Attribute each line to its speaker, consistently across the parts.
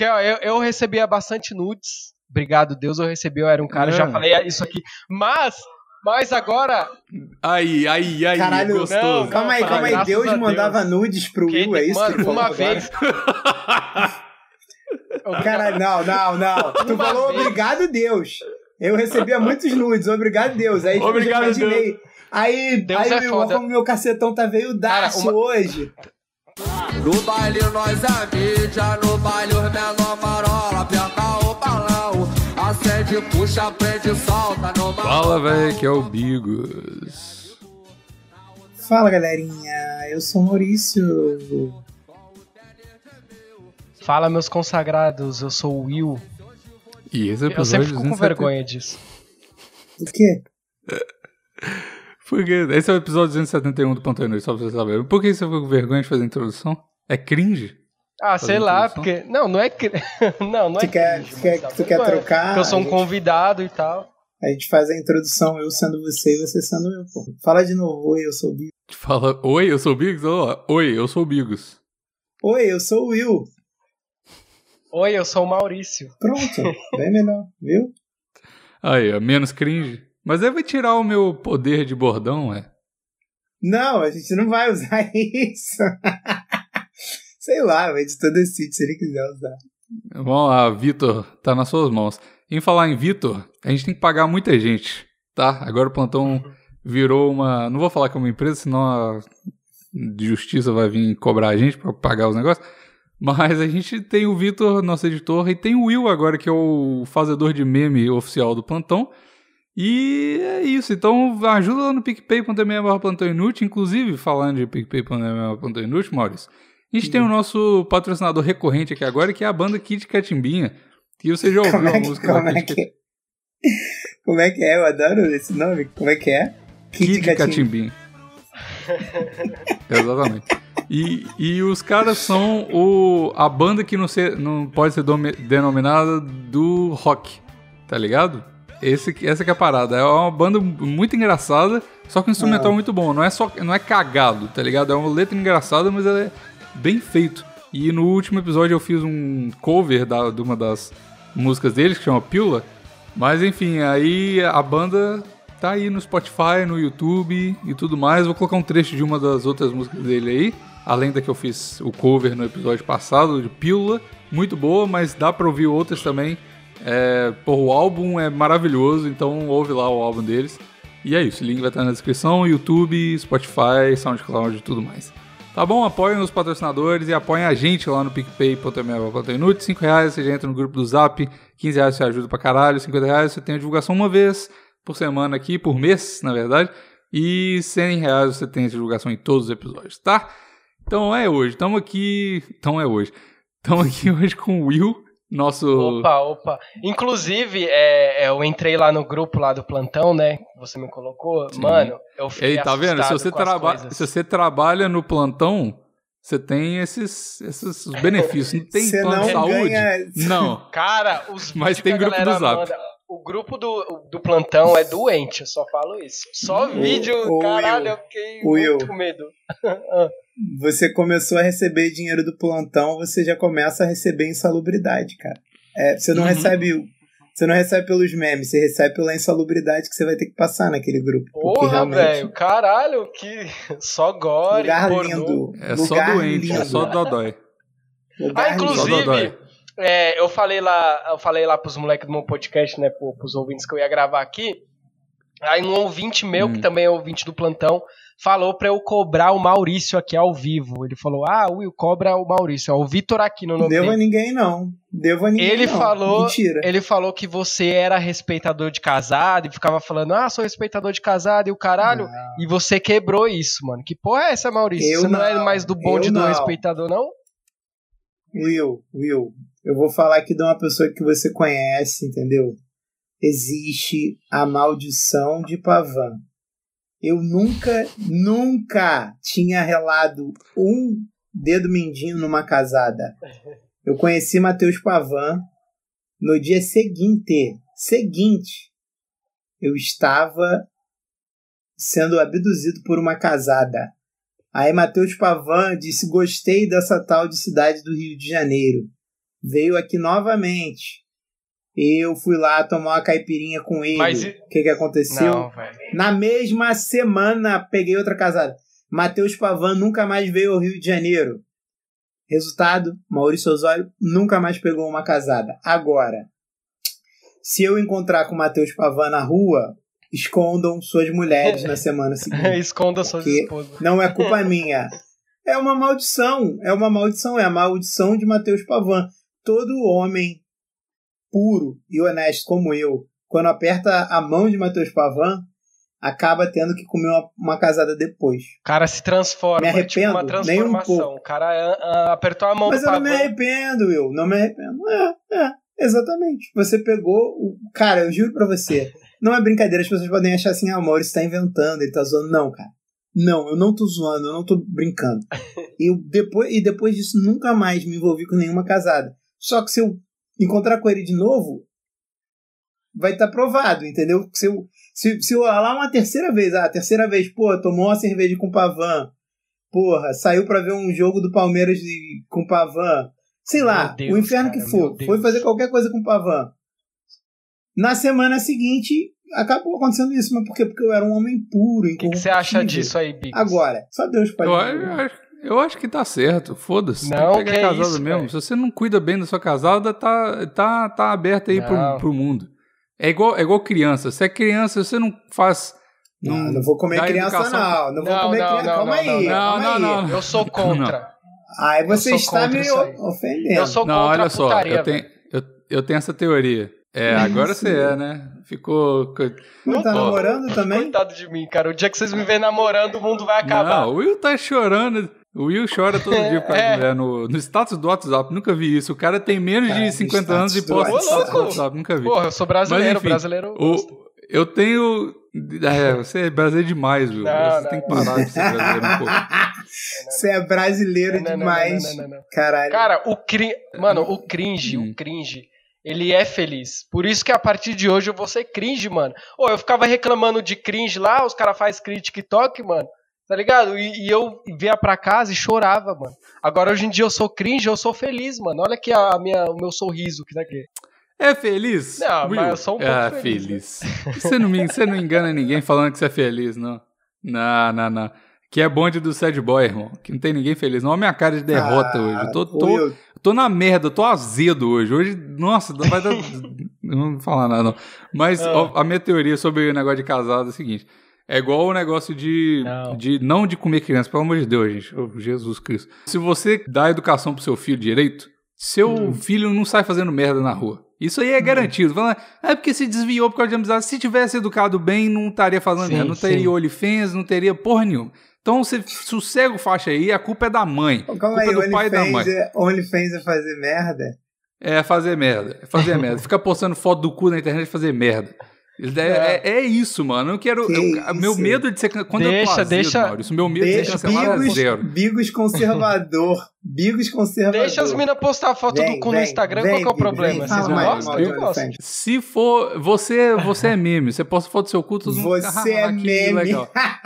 Speaker 1: Porque ó, eu recebia bastante nudes. Obrigado, Deus, eu era um cara, já falei isso aqui. Mas agora...
Speaker 2: Aí,
Speaker 3: caralho,
Speaker 2: gostoso.
Speaker 3: Calma aí. Deus mandava nudes pro Will, é isso
Speaker 1: mano,
Speaker 3: que ele falou
Speaker 1: uma
Speaker 3: agora?
Speaker 1: vez...
Speaker 3: Caralho, não. Tu falou obrigado, Deus. Eu recebia muitos nudes, obrigado, Deus. Aí
Speaker 2: obrigado,
Speaker 3: eu imaginei.
Speaker 2: Deus.
Speaker 3: Aí Will, como meu cacetão tá veio daço hoje.
Speaker 4: No baile nós é mídia, no baile os menor marola, aperta o balão, acende, puxa, prende, solta no balão.
Speaker 2: Fala, velho, que é o Bigos.
Speaker 3: Fala, galerinha, eu sou o Maurício.
Speaker 1: Fala, meus consagrados, eu sou o Will.
Speaker 2: E esse episódio
Speaker 1: eu sempre fico com vergonha disso.
Speaker 3: O quê?
Speaker 2: Porque esse é o episódio 271 do Plantão Inútil, só pra você saber. Por que você ficou com vergonha de fazer a introdução? É cringe?
Speaker 1: Ah, sei lá, porque... Não é cringe. Não é cringe.
Speaker 3: Tu quer trocar?
Speaker 1: Porque eu sou um convidado e tal.
Speaker 3: A gente faz a introdução, eu sendo você e você sendo eu, pô. Fala de novo, oi, eu sou o Bigos.
Speaker 2: Fala, oi, eu sou o Bigos? Oi, eu sou o Bigos.
Speaker 3: Oi, eu sou o Will.
Speaker 1: Oi, eu sou o Maurício.
Speaker 3: Pronto, bem melhor, viu?
Speaker 2: Aí, menos cringe. Mas aí vai tirar o meu poder de bordão, é?
Speaker 3: Não, a gente não vai usar isso. Sei lá, o editor decide se ele quiser usar.
Speaker 2: Vamos lá, Vitor, tá nas suas mãos. Em falar em Vitor, a gente tem que pagar muita gente, tá? Agora o Plantão virou uma... Não vou falar que é uma empresa, senão a justiça vai vir cobrar a gente pra pagar os negócios. Mas a gente tem o Vitor, nosso editor, e tem o Will agora, que é o fazedor de meme oficial do Plantão. E é isso, então ajuda lá no PicPay.me/Plantão Inútil. Inclusive, falando de PicPay.me/Plantão Inútil, Maurício, a gente tem o nosso patrocinador recorrente aqui agora, que é a banda Kit Catimbinha, que você já ouviu a música.
Speaker 3: Como é que é? Eu adoro esse nome. Como é que é?
Speaker 2: Kit Catimbinha. Exatamente. E os caras são a banda que não pode ser denominada do rock, tá ligado? Essa que é a parada. É uma banda muito engraçada, só que o instrumental é muito bom. Não é cagado, tá ligado? É uma letra engraçada, mas ela é bem feito. E no último episódio eu fiz um cover de uma das músicas deles, que chama Pílula. Mas enfim, aí a banda tá aí no Spotify, no YouTube e tudo mais. Vou colocar um trecho de uma das outras músicas dele aí, além da que eu fiz o cover no episódio passado, de Pílula. Muito boa, mas dá pra ouvir outras também. O álbum é maravilhoso, então ouve lá o álbum deles. E é isso, o link vai estar na descrição, YouTube, Spotify, SoundCloud e tudo mais. Tá bom? Apoiem os patrocinadores e apoiem a gente lá no PicPay.me/PlantãoInútil. R$5 você já entra no grupo do Zap, R$15 você ajuda pra caralho, R$50 você tem a divulgação uma vez por semana aqui, por mês, na verdade, e R$100 você tem a divulgação em todos os episódios, tá? Então é hoje, estamos aqui hoje com o Will.
Speaker 1: Opa. Inclusive, eu entrei lá no grupo lá do Plantão, né? Você me colocou. Sim. Mano, eu fiquei
Speaker 2: tá vendo? Se você trabalha no Plantão, você tem esses benefícios. Não tem plano de saúde? Não.
Speaker 1: Cara,
Speaker 2: mas tem grupo do Zap.
Speaker 1: Manda, o grupo do Plantão é doente, eu só falo isso. Só vídeo, caralho, eu fiquei muito com medo.
Speaker 3: Você começou a receber dinheiro do Plantão, você já começa a receber insalubridade, cara. Você não recebe pelos memes, você recebe pela insalubridade que você vai ter que passar naquele grupo.
Speaker 1: Porra, velho, caralho, que só gore,
Speaker 3: lugar
Speaker 1: pornô.
Speaker 3: Lindo.
Speaker 2: É só doente, é só dodói.
Speaker 1: Inclusive, eu falei lá pros moleques do meu podcast, né, pros ouvintes que eu ia gravar aqui. Aí um ouvinte meu, que também é ouvinte do Plantão, falou pra eu cobrar o Maurício aqui ao vivo. Ele falou, Will, cobra o Maurício. É o Vitor Aquino.
Speaker 3: Não devo a ninguém, não.
Speaker 1: Mentira. Ele falou que você era respeitador de casado e ficava falando, sou respeitador de casado e o caralho. Não. E você quebrou isso, mano. Que porra é essa, Maurício? Você não é mais do bonde do respeitador, não?
Speaker 3: Will, eu vou falar aqui de uma pessoa que você conhece, entendeu? Existe a maldição de Pavan. Eu nunca tinha relado um dedo mindinho numa casada. Eu conheci Matheus Pavan no dia seguinte. Eu estava sendo abduzido por uma casada. Aí Matheus Pavan disse, gostei dessa tal de cidade do Rio de Janeiro. veio aqui novamente. Eu fui lá tomar uma caipirinha com ele.
Speaker 1: Mas
Speaker 3: o que aconteceu?
Speaker 1: Não, velho.
Speaker 3: Na mesma semana, peguei outra casada. Matheus Pavan nunca mais veio ao Rio de Janeiro. Resultado, Maurício Osório nunca mais pegou uma casada. Agora, se eu encontrar com o Matheus Pavan na rua, escondam suas mulheres na semana seguinte.
Speaker 1: Esconda suas esposas.
Speaker 3: Não é culpa minha. É uma maldição. É a maldição de Matheus Pavan. Todo homem puro e honesto como eu, quando aperta a mão de Matheus Pavan, acaba tendo que comer uma casada depois.
Speaker 1: O cara se transforma.
Speaker 3: Me arrependo,
Speaker 1: tipo uma transformação.
Speaker 3: nem um pouco.
Speaker 1: O cara apertou a mão
Speaker 3: Mas
Speaker 1: do
Speaker 3: eu
Speaker 1: Pavan.
Speaker 3: não me arrependo, Will. Não me arrependo. Exatamente. Você pegou... Cara, eu juro pra você, não é brincadeira. As pessoas podem achar assim, o Maurício tá inventando, ele tá zoando. Não, cara. Não, eu não tô zoando, eu não tô brincando. Depois disso, nunca mais me envolvi com nenhuma casada. Só que se eu encontrar com ele de novo, vai estar provado, entendeu? Se eu lá uma terceira vez, pô, tomou uma cerveja com o Pavan, porra, saiu pra ver um jogo do Palmeiras com o Pavan, sei lá,
Speaker 1: Deus,
Speaker 3: o inferno
Speaker 1: cara,
Speaker 3: que for, foi fazer qualquer coisa com o Pavan. Na semana seguinte, acabou acontecendo isso, mas por quê? Porque eu era um homem puro,
Speaker 1: incorruptível. O que você acha disso aí, Bigos?
Speaker 3: Agora, só Deus pode
Speaker 2: Eu acho que tá certo, foda-se.
Speaker 1: Não,
Speaker 2: tem que pegar casada
Speaker 1: isso,
Speaker 2: mesmo.
Speaker 1: véio.
Speaker 2: Se você não cuida bem da sua casada, tá aberta aí pro mundo. É igual criança. Se é criança, você não faz...
Speaker 3: Não vou comer criança,
Speaker 2: educação.
Speaker 3: não. Não vou comer criança. Calma aí.
Speaker 2: Não.
Speaker 1: Eu sou contra.
Speaker 3: Aí você está me ofendendo.
Speaker 1: Eu sou contra a putaria.
Speaker 2: Eu tenho essa teoria. Agora você né? Ficou...
Speaker 3: Não tá namorando também?
Speaker 1: Coitado de mim, cara. O dia que vocês me verem namorando, o mundo vai acabar.
Speaker 2: Não, o Will tá chorando. O Will chora todo dia por causa da mulher no status do WhatsApp. Nunca vi isso. O cara tem menos de 50 anos e posta status do WhatsApp. Nunca vi.
Speaker 1: Porra, eu sou brasileiro.
Speaker 2: Mas, enfim,
Speaker 1: brasileiro.
Speaker 2: Eu tenho... você é brasileiro demais, Will. Você tem que parar de ser brasileiro um pouco.
Speaker 3: Você é brasileiro demais.
Speaker 1: Não.
Speaker 3: Caralho.
Speaker 1: Cara, o cringe, ele é feliz. Por isso que a partir de hoje eu vou ser cringe, mano. Eu ficava reclamando de cringe lá, os caras fazem cringe TikTok, mano. Tá ligado? E eu vinha pra casa e chorava, mano. Agora hoje em dia eu sou cringe, eu sou feliz, mano. Olha aqui o meu sorriso que tá aqui.
Speaker 2: É feliz?
Speaker 1: Não,
Speaker 2: Will?
Speaker 1: mas eu sou um pouco feliz.
Speaker 2: Você não engana ninguém falando que você é feliz, não. Não. Que é bonde do sad boy, irmão. Que não tem ninguém feliz. Não, olha a minha cara de derrota hoje. Eu tô na merda, eu tô azedo hoje. Hoje, nossa, não vai dar... Não vou falar nada, não. Mas a minha teoria sobre o negócio de casado é o seguinte. É igual o negócio de não de comer criança. Pelo amor de Deus, gente. Jesus Cristo. Se você dá educação pro seu filho direito, seu filho não sai fazendo merda na rua. Isso aí é garantido. Falando, porque se desviou por causa de amizade. Se tivesse educado bem, não estaria fazendo merda. Não teria OnlyFans, não teria porra nenhuma. Então você sossega o faixa aí, a culpa é da mãe. A culpa é do pai e da mãe.
Speaker 3: OnlyFans é fazer merda?
Speaker 2: É fazer merda. Fica postando foto do cu na internet e fazer merda. É isso, mano. Eu quero. Meu medo de ser. Quando eu tô azedo, Maurício, meu medo de ser cancelado é zero.
Speaker 3: Bigos conservador.
Speaker 1: Deixa as minas postar foto do cu no Instagram, qual que é o problema? Vocês não gostam? Eu gosto.
Speaker 2: Se for. Você é meme. Você posta foto do seu cu, todo mundo.
Speaker 3: Você é meme. Legal.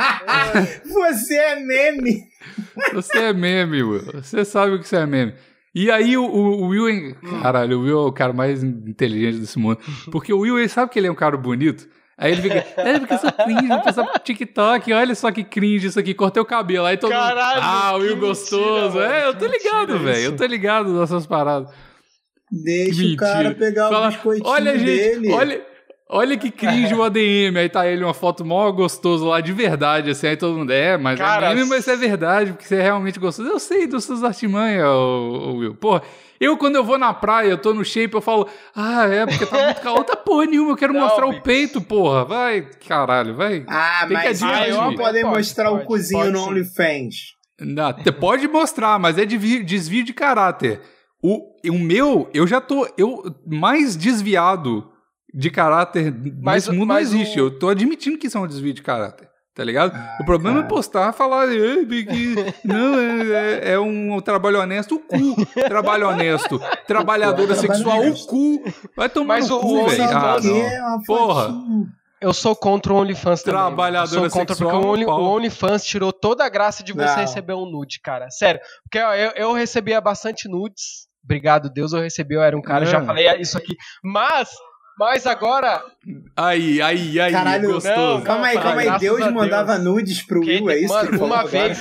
Speaker 3: Você é meme.
Speaker 2: Você é meme, Will. Você sabe o que você é meme. E aí o Will... Caralho, o Will é o cara mais inteligente desse mundo. Porque o Will, ele sabe que ele é um cara bonito. Aí ele fica... porque eu sou cringe, vou postar pro TikTok. Olha só que cringe isso aqui. Cortei o cabelo. Aí todo mundo... o Will gostoso. Mentira, eu tô ligado, velho. Eu tô ligado nessas paradas.
Speaker 3: Deixa o cara pegar o biscoitinho dele.
Speaker 2: Olha que cringe o ADM. Aí tá ele, uma foto mó gostoso lá, de verdade, assim. Aí todo mundo, mas cara, é meme, mas é verdade, porque você é realmente gostoso. Eu sei dos seus artimanhas, Will. Porra, quando eu vou na praia, eu tô no shape, eu falo, porque tá muito calor. Tá porra nenhuma, eu quero mostrar o peito, porra. Vai, caralho, vai.
Speaker 3: Mas não podem mostrar o cozinho no OnlyFans.
Speaker 2: Não, pode mostrar, mas é desvio de caráter. O meu, eu já tô mais desviado de caráter nesse mundo não existe. Eu tô admitindo que isso é um desvio de caráter, tá ligado? O problema é postar, falar não, é um trabalho honesto, o cu. Trabalho honesto, trabalhadora sexual, o cu. Vai tomar no cu, velho. Porra.
Speaker 1: Eu sou contra o OnlyFans também.
Speaker 2: Trabalhadora sexual,
Speaker 1: porque o OnlyFans tirou toda a graça de você receber um nude, cara. Sério. Porque eu recebia bastante nudes obrigado, Deus, eu recebi, eu era um cara, já falei isso aqui. Mas agora...
Speaker 2: Aí,
Speaker 3: caralho,
Speaker 2: gostoso.
Speaker 3: Calma aí, Deus mandava nudes pro Will, é isso
Speaker 1: mano,
Speaker 3: que ele falou
Speaker 1: uma vez...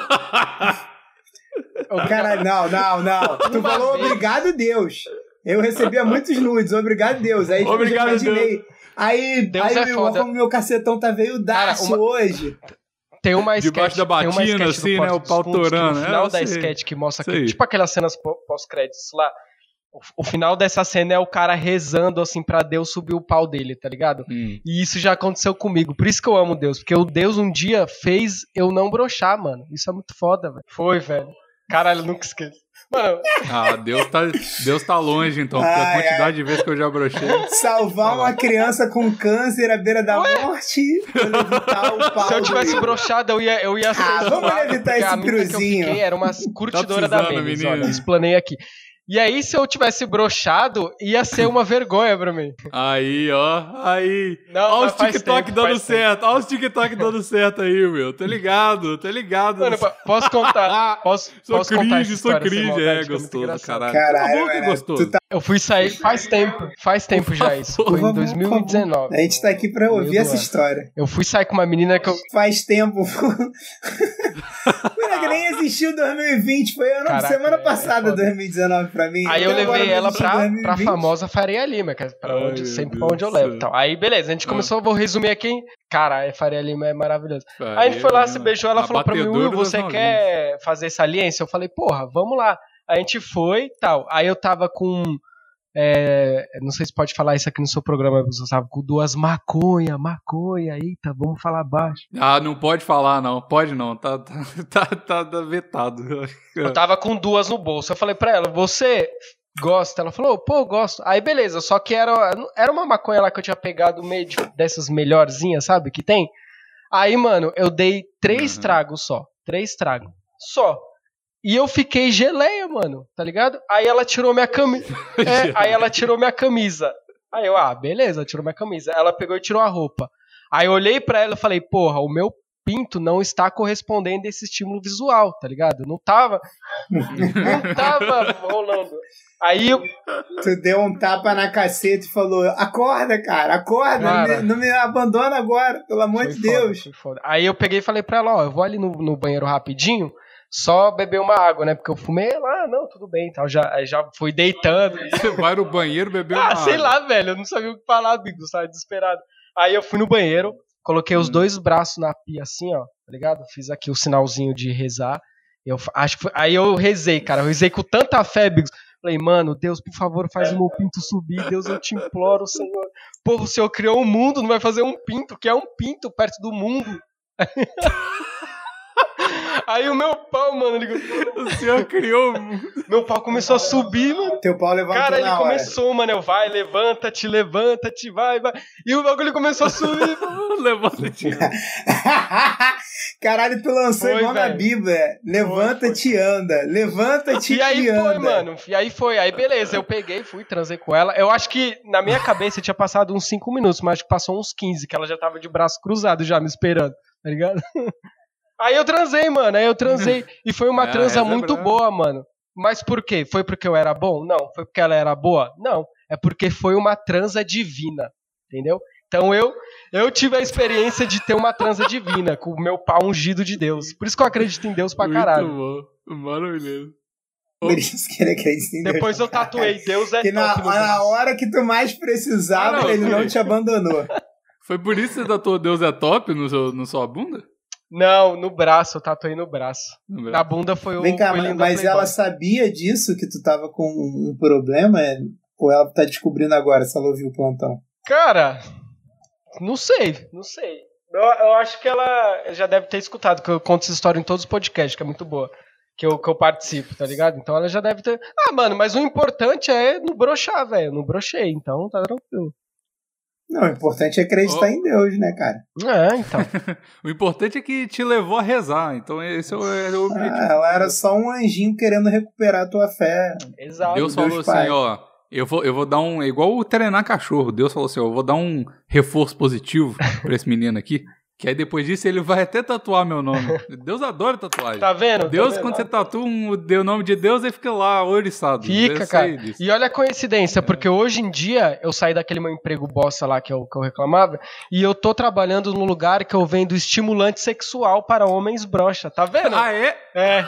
Speaker 3: Caralho, não. Tu falou obrigado, Deus. Eu recebia muitos nudes, obrigado, Deus. Aí
Speaker 2: obrigado,
Speaker 3: eu imaginei.
Speaker 2: Deus.
Speaker 3: Aí como meu cacetão tá veio daço hoje.
Speaker 1: Tem uma sketch,
Speaker 2: debaixo da batina, assim, né? O pau torando.
Speaker 1: No final da sketch que mostra que, tipo aquelas cenas pós-créditos lá, o final dessa cena é o cara rezando, assim, pra Deus subir o pau dele, tá ligado? E isso já aconteceu comigo. Por isso que eu amo Deus. Porque o Deus um dia fez eu não broxar, mano. Isso é muito foda, velho. Foi, velho. Caralho, eu nunca esqueço. Mano...
Speaker 2: Deus tá longe, então. Porque a quantidade de vezes que eu já brochei.
Speaker 3: Salvar uma criança com câncer à beira da morte. Evitar o pau.
Speaker 1: Se eu tivesse broxado, eu ia ser...
Speaker 3: vamos evitar esse piruzinho.
Speaker 1: Era uma curtidora da Mendes, olha. Explanei aqui. E aí, se eu tivesse broxado, ia ser uma vergonha pra mim.
Speaker 2: Aí, ó. Olha os TikTok dando certo. Olha os TikTok dando certo aí, meu. Tô ligado.
Speaker 1: Mano, posso contar? Posso contar essa
Speaker 2: sou
Speaker 1: história?
Speaker 2: Cringe, gostoso, caralho.
Speaker 3: Caralho,
Speaker 2: que gostoso.
Speaker 1: Eu fui sair faz tempo já isso. Foi em 2019.
Speaker 3: A gente tá aqui pra ouvir essa história.
Speaker 1: Eu fui sair com uma menina que eu...
Speaker 3: Faz tempo. Que nem existiu 2020. Foi semana passada, 2019 pra mim.
Speaker 1: Aí eu levei ela pra famosa Faria Lima, que é sempre pra onde eu levo. Então. Aí beleza, a gente começou, vou resumir aqui. Cara, Faria Lima é maravilhoso. Aí a gente foi lá, se beijou, ela falou pra mim, Will, você quer fazer saliência? Eu falei, porra, vamos lá. A gente foi e tal. Aí eu tava com... não sei se pode falar isso aqui no seu programa, você sabe, com 2 maconha, eita, vamos falar baixo.
Speaker 2: Não pode falar não, pode não, tá vetado.
Speaker 1: Eu tava com 2 no bolso, eu falei pra ela, você gosta? Ela falou, pô, gosto. Aí beleza, só que era uma maconha lá que eu tinha pegado meio dessas melhorzinhas, sabe, que tem. Aí, mano, eu dei 3 tragos só, 3 tragos, só. E eu fiquei geleia, mano, tá ligado? Aí ela tirou minha camisa. Aí eu, beleza, tirou minha camisa. Ela pegou e tirou a roupa. Aí eu olhei pra ela e falei, porra, o meu pinto não está correspondendo a esse estímulo visual, tá ligado? Não tava rolando. Aí eu...
Speaker 3: Tu deu um tapa na caceta e falou, acorda, cara, acorda, não me abandona agora, pelo amor de Deus.
Speaker 1: Foi foda. Aí eu peguei e falei pra ela, eu vou ali no banheiro rapidinho, só beber uma água, né? Porque eu fumei lá, não, tudo bem, então já fui deitando.
Speaker 2: Você vai no banheiro beber uma água?
Speaker 1: Sei lá, velho, eu não sabia o que falar, amigo, eu tava desesperado. Aí eu fui no banheiro, coloquei os 2 braços na pia assim, ó, tá ligado? Fiz aqui o sinalzinho de rezar. Aí eu rezei, cara, eu rezei com tanta fé, Bigos. Falei, mano, Deus, por favor, faz o meu pinto subir. Deus, eu te imploro, Senhor. Porra, o Senhor criou um mundo, não vai fazer um pinto, que é um pinto perto do mundo. Aí o meu pau, mano,
Speaker 2: o senhor criou...
Speaker 1: Meu pau começou a subir, mano.
Speaker 3: Teu pau levantou.
Speaker 1: Cara, ele
Speaker 3: na
Speaker 1: começou,
Speaker 3: hora.
Speaker 1: mano, vai, levanta-te, vai. E o bagulho começou a subir.
Speaker 2: Levanta-te.
Speaker 3: Caralho, tu lançou igual na Bíblia. Levanta-te e anda. Levanta-te e anda.
Speaker 1: E aí foi, mano. Aí beleza, eu peguei, fui, transei com ela. Eu acho que na minha cabeça tinha passado uns 5 minutos, mas acho que passou uns 15, que ela já tava de braço cruzado já me esperando, tá ligado? Aí eu transei, mano, e foi uma transa muito boa, mano. Mas por quê? Foi porque eu era bom? Não. Foi porque ela era boa? Não. É porque foi uma transa divina, entendeu? Então eu tive a experiência de ter uma transa divina, com o meu pau ungido de Deus. Por isso que eu acredito em Deus pra caralho.
Speaker 2: Muito bom, maravilhoso.
Speaker 3: Por isso que ele acredita em Deus.
Speaker 1: Depois eu tatuei, Deus é
Speaker 3: que na hora que tu mais precisava, ele não te abandonou.
Speaker 2: Foi por isso que você tatuou Deus é top no sua bunda?
Speaker 1: Não, no braço, eu tatuei no braço. Na bunda foi o...
Speaker 3: Vem cá, mas ela sabia disso, que tu tava com um problema? Ou ela tá descobrindo agora, se ela ouviu o plantão?
Speaker 1: Cara, não sei. Eu acho que ela já deve ter escutado, que eu conto essa história em todos os podcasts, que é muito boa, que eu participo, tá ligado? Então ela já deve ter... mano, mas o importante é não broxar, velho. Eu não brochei, então tá tranquilo.
Speaker 3: Não, o importante é acreditar em Deus, né, cara?
Speaker 1: Então.
Speaker 2: O importante é que te levou a rezar, então esse é o objetivo.
Speaker 3: Ela era só um anjinho querendo recuperar a tua fé.
Speaker 1: Exato.
Speaker 2: Deus falou assim, ó, eu vou dar igual o treinar cachorro, Deus falou assim, ó, eu vou dar um reforço positivo pra esse menino aqui, Que aí depois disso ele vai até tatuar meu nome. Deus adora tatuagem.
Speaker 1: Tá vendo?
Speaker 2: Deus,
Speaker 1: tá vendo?
Speaker 2: quando você tatua o nome de Deus, ele fica lá ouriçado.
Speaker 1: Fica, cara. E olha a coincidência, porque hoje em dia eu saí daquele meu emprego bosta lá que eu reclamava e eu tô trabalhando num lugar que eu vendo estimulante sexual para homens broxa. Tá vendo?
Speaker 2: Ah, é?
Speaker 1: É.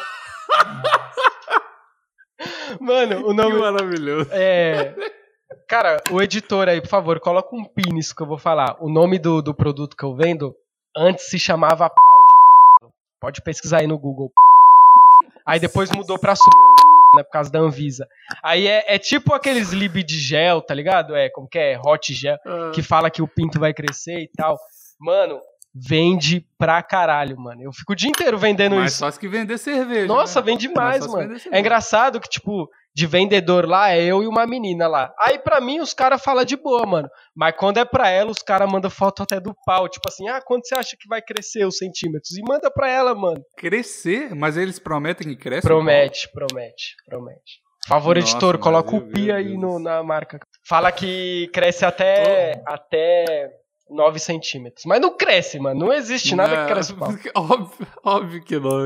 Speaker 1: Mano, o nome...
Speaker 2: Que maravilhoso.
Speaker 1: Cara, o editor aí, por favor, coloca um pi nisso que eu vou falar. O nome do produto que eu vendo antes se chamava pau de c****. Pode pesquisar aí no Google. Aí depois mudou pra né, por causa da Anvisa. Aí é tipo aqueles lib de gel, tá ligado? Como que é? Hot gel, que fala que o pinto vai crescer e tal. Mano, vende pra caralho, mano. Eu fico o dia inteiro vendendo isso.
Speaker 2: Mais fácil que vender cerveja.
Speaker 1: Nossa,
Speaker 2: né?
Speaker 1: vende demais, mano. É engraçado que, tipo, de vendedor lá é eu e uma menina lá. Aí pra mim os caras falam de boa, mano. Mas quando é pra ela, os caras mandam foto até do pau. Tipo assim, quando você acha que vai crescer os centímetros? E manda pra ela, mano.
Speaker 2: Crescer? Mas eles prometem que cresce?
Speaker 1: Promete. Por favor,
Speaker 2: Nossa,
Speaker 1: editor, coloca o pi aí na marca. Fala que cresce até 9 centímetros. Mas não cresce, mano. Não existe nada que cresce pau.
Speaker 2: Óbvio que não.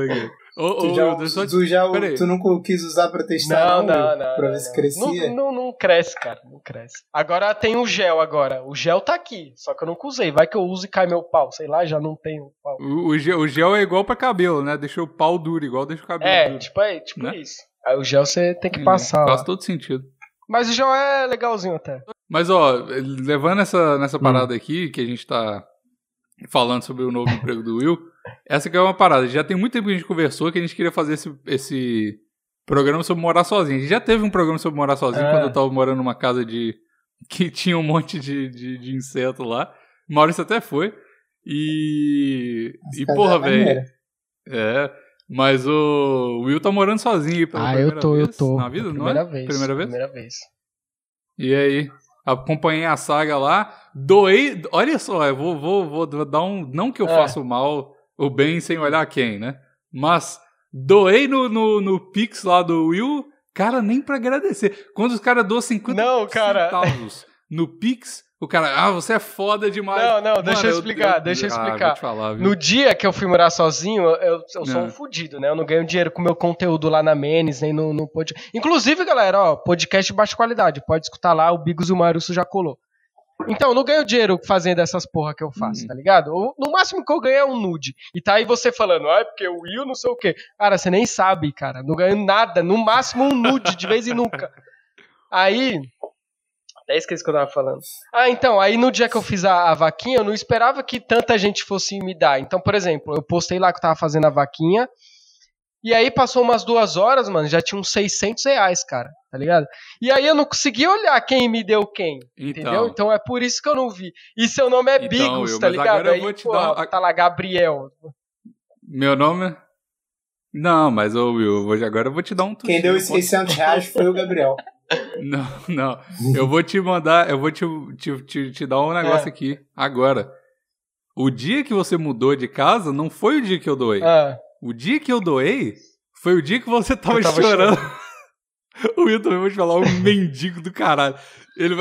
Speaker 3: Tu nunca quis usar pra testar,
Speaker 1: não,
Speaker 3: pra ver se crescia?
Speaker 1: Não cresce, cara. Não cresce. Agora tem o gel agora. O gel tá aqui, só que eu nunca usei. Vai que eu uso e cai meu pau. Sei lá, já não tenho pau.
Speaker 2: O gel é igual pra cabelo, né? Deixa o pau duro, igual deixa o cabelo duro.
Speaker 1: Tipo
Speaker 2: né?
Speaker 1: isso. Aí o gel você tem que passar.
Speaker 2: Faz todo sentido.
Speaker 1: Mas o gel é legalzinho até.
Speaker 2: Mas, ó, levando nessa parada aqui, que a gente tá falando sobre o novo emprego do Will, essa aqui é uma parada. Já tem muito tempo que a gente conversou que a gente queria fazer esse programa sobre morar sozinho. A gente já teve um programa sobre morar sozinho quando eu tava morando numa casa que tinha um monte de inseto lá. Maurício até foi. E porra, velho. Mas o Will tá morando sozinho pela primeira vez. Eu tô. Na vida, não é? Primeira vez. E aí? Acompanhei a saga lá, doei... Olha só, eu vou dar um... Não que eu faça o mal, o bem sem olhar quem, né? Mas doei no Pix lá do Will, cara, nem pra agradecer. Quando os caras doam 50 centavos no Pix, o cara, você é foda demais.
Speaker 1: Não, mano, deixa eu explicar.
Speaker 2: Vou te falar, viu?
Speaker 1: No dia que eu fui morar sozinho, eu sou um fudido, né? Eu não ganho dinheiro com meu conteúdo lá na Menes, nem no podcast. Inclusive, galera, podcast de baixa qualidade. Pode escutar lá, o Bigos e o Marusso já colou. Então, eu não ganho dinheiro fazendo essas porra que eu faço, tá ligado? No máximo que eu ganho é um nude. E tá aí você falando, porque o Will não sei o quê. Cara, você nem sabe, cara. Não ganho nada. No máximo um nude, de vez em nunca. Aí... Até esqueci o que eu tava falando. Então, aí no dia que eu fiz a vaquinha, eu não esperava que tanta gente fosse me dar. Então, por exemplo, eu postei lá que eu tava fazendo a vaquinha, e aí passou umas 2 horas, mano, já tinha uns R$600, cara, tá ligado? E aí eu não consegui olhar quem me deu quem, entendeu? Então é por isso que eu não vi. E seu nome é Bigos, tá ligado?
Speaker 2: Agora eu vou te dar...
Speaker 1: Tá lá, Gabriel.
Speaker 2: Meu nome? Não, mas Will, agora eu vou te dar um...
Speaker 3: Quem deu os R$600 foi o Gabriel.
Speaker 2: Não. Eu vou te mandar, eu vou te dar um negócio aqui, agora. O dia que você mudou de casa não foi o dia que eu doei. O dia que eu doei foi o dia que você tava chorando. O Will também, vou te falar, um mendigo do caralho. Ele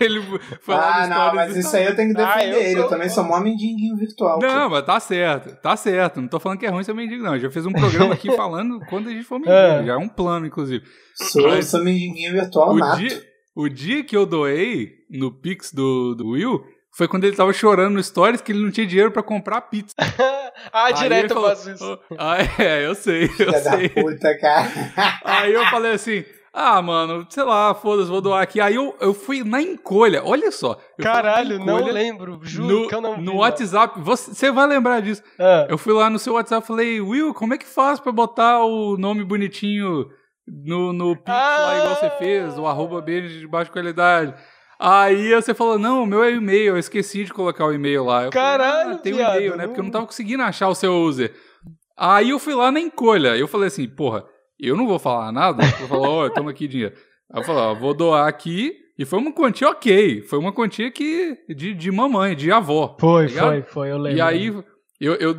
Speaker 2: falar
Speaker 3: não, mas isso aí eu tenho que defender ele. Eu também sou mó mendiguinho virtual.
Speaker 2: Não, mas tá certo. Não tô falando que é ruim ser mendigo, não. Eu já fiz um programa aqui falando quando a gente for mendigo. Já é um plano, inclusive.
Speaker 3: Sou mendiguinho virtual,
Speaker 2: o dia que eu doei no Pix do Will foi quando ele tava chorando no Stories que ele não tinha dinheiro pra comprar pizza.
Speaker 1: Direto eu faço isso.
Speaker 2: Eu sei.
Speaker 3: Da puta, cara.
Speaker 2: Aí eu falei assim... mano, sei lá, foda-se, vou doar aqui. Aí eu fui na encolha, olha só.
Speaker 1: Caralho, não lembro, juro que eu não vi.
Speaker 2: No WhatsApp, você vai lembrar disso. Eu fui lá no seu WhatsApp e falei, Will, como é que faz pra botar o nome bonitinho no Pix lá igual você fez, o @beijo de baixa qualidade? Aí você falou, não, o meu é e-mail, eu esqueci de colocar o e-mail lá.
Speaker 1: Caralho,
Speaker 2: tem um e-mail, né? Porque eu não tava conseguindo achar o seu user. Aí eu fui lá na encolha, eu falei assim, porra, eu não vou falar nada, vou falar, toma aqui dinheiro. Aí eu falei, vou doar aqui, e foi uma quantia ok, foi uma quantia que de mamãe, de avó.
Speaker 1: Foi, eu lembro.
Speaker 2: E aí eu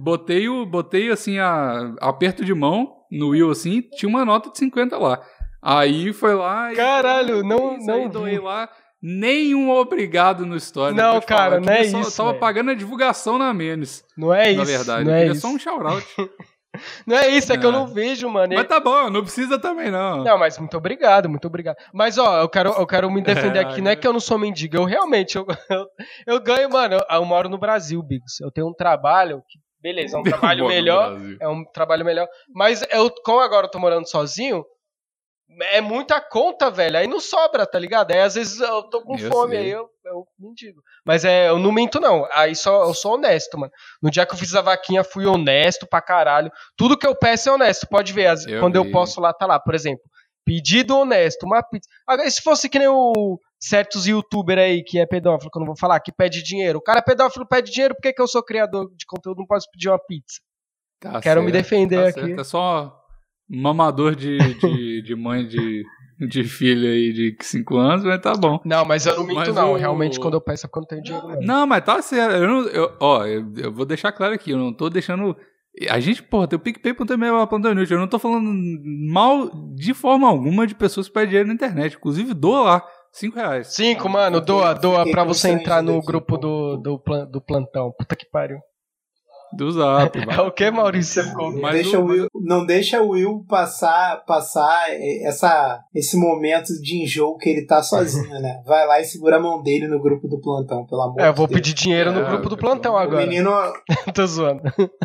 Speaker 2: botei assim, aperto de mão no Will, assim, tinha uma nota de 50 lá. Aí foi lá...
Speaker 1: Caralho, não
Speaker 2: doei lá, nenhum obrigado no story.
Speaker 1: Não, cara, não é isso.
Speaker 2: Eu tava pagando a divulgação na menos.
Speaker 1: Não é isso.
Speaker 2: Na verdade,
Speaker 1: não
Speaker 2: eu
Speaker 1: é
Speaker 2: queria
Speaker 1: isso.
Speaker 2: só um shout-out.
Speaker 1: Não é isso, é que eu não vejo, mano.
Speaker 2: Mas tá bom, não precisa também, não.
Speaker 1: Não, mas muito obrigado. Mas, ó, eu quero me defender aqui. Não é que eu não sou mendigo, eu realmente, eu ganho, mano, eu moro no Brasil, Bigos. Eu tenho um trabalho que, beleza, é um trabalho melhor, mas como agora eu tô morando sozinho, é muita conta, velho, aí não sobra, tá ligado? Aí às vezes eu tô com fome, aí eu mendigo. Mas eu não minto, não. Aí eu sou honesto, mano. No dia que eu fiz a vaquinha, fui honesto pra caralho. Tudo que eu peço é honesto, pode ver. Quando eu posso lá, tá lá. Por exemplo, pedido honesto, uma pizza. Agora, se fosse que nem certos youtubers aí, que é pedófilo, que eu não vou falar, que pede dinheiro. O cara pedófilo pede dinheiro, por que eu sou criador de conteúdo não posso pedir uma pizza? Quero me defender aqui.
Speaker 2: Certo. É só mamador de mãe de filho aí de 5 anos, mas tá bom.
Speaker 1: Não, mas eu não minto, não. Realmente, quando eu peço, é quando tem dinheiro mesmo.
Speaker 2: Não, mas tá certo. Eu vou deixar claro aqui, eu não tô deixando... A gente, porra, tem o PicPay.me lá Plantão Inútil. Eu não tô falando mal de forma alguma de pessoas que pedem dinheiro na internet. Inclusive, doa lá. R$5.
Speaker 1: 5, mano, doa pra você entrar no grupo do plantão. Puta que pariu.
Speaker 2: Do Zap.
Speaker 1: É o que, Maurício? Você ficou...
Speaker 3: Não deixa o Will passar esse momento de enjoo que ele tá sozinho, né? Vai lá e segura a mão dele no grupo do plantão, pelo amor de Deus.
Speaker 1: Eu vou pedir dinheiro no grupo do plantão agora.
Speaker 3: O menino...
Speaker 1: Tô zoando.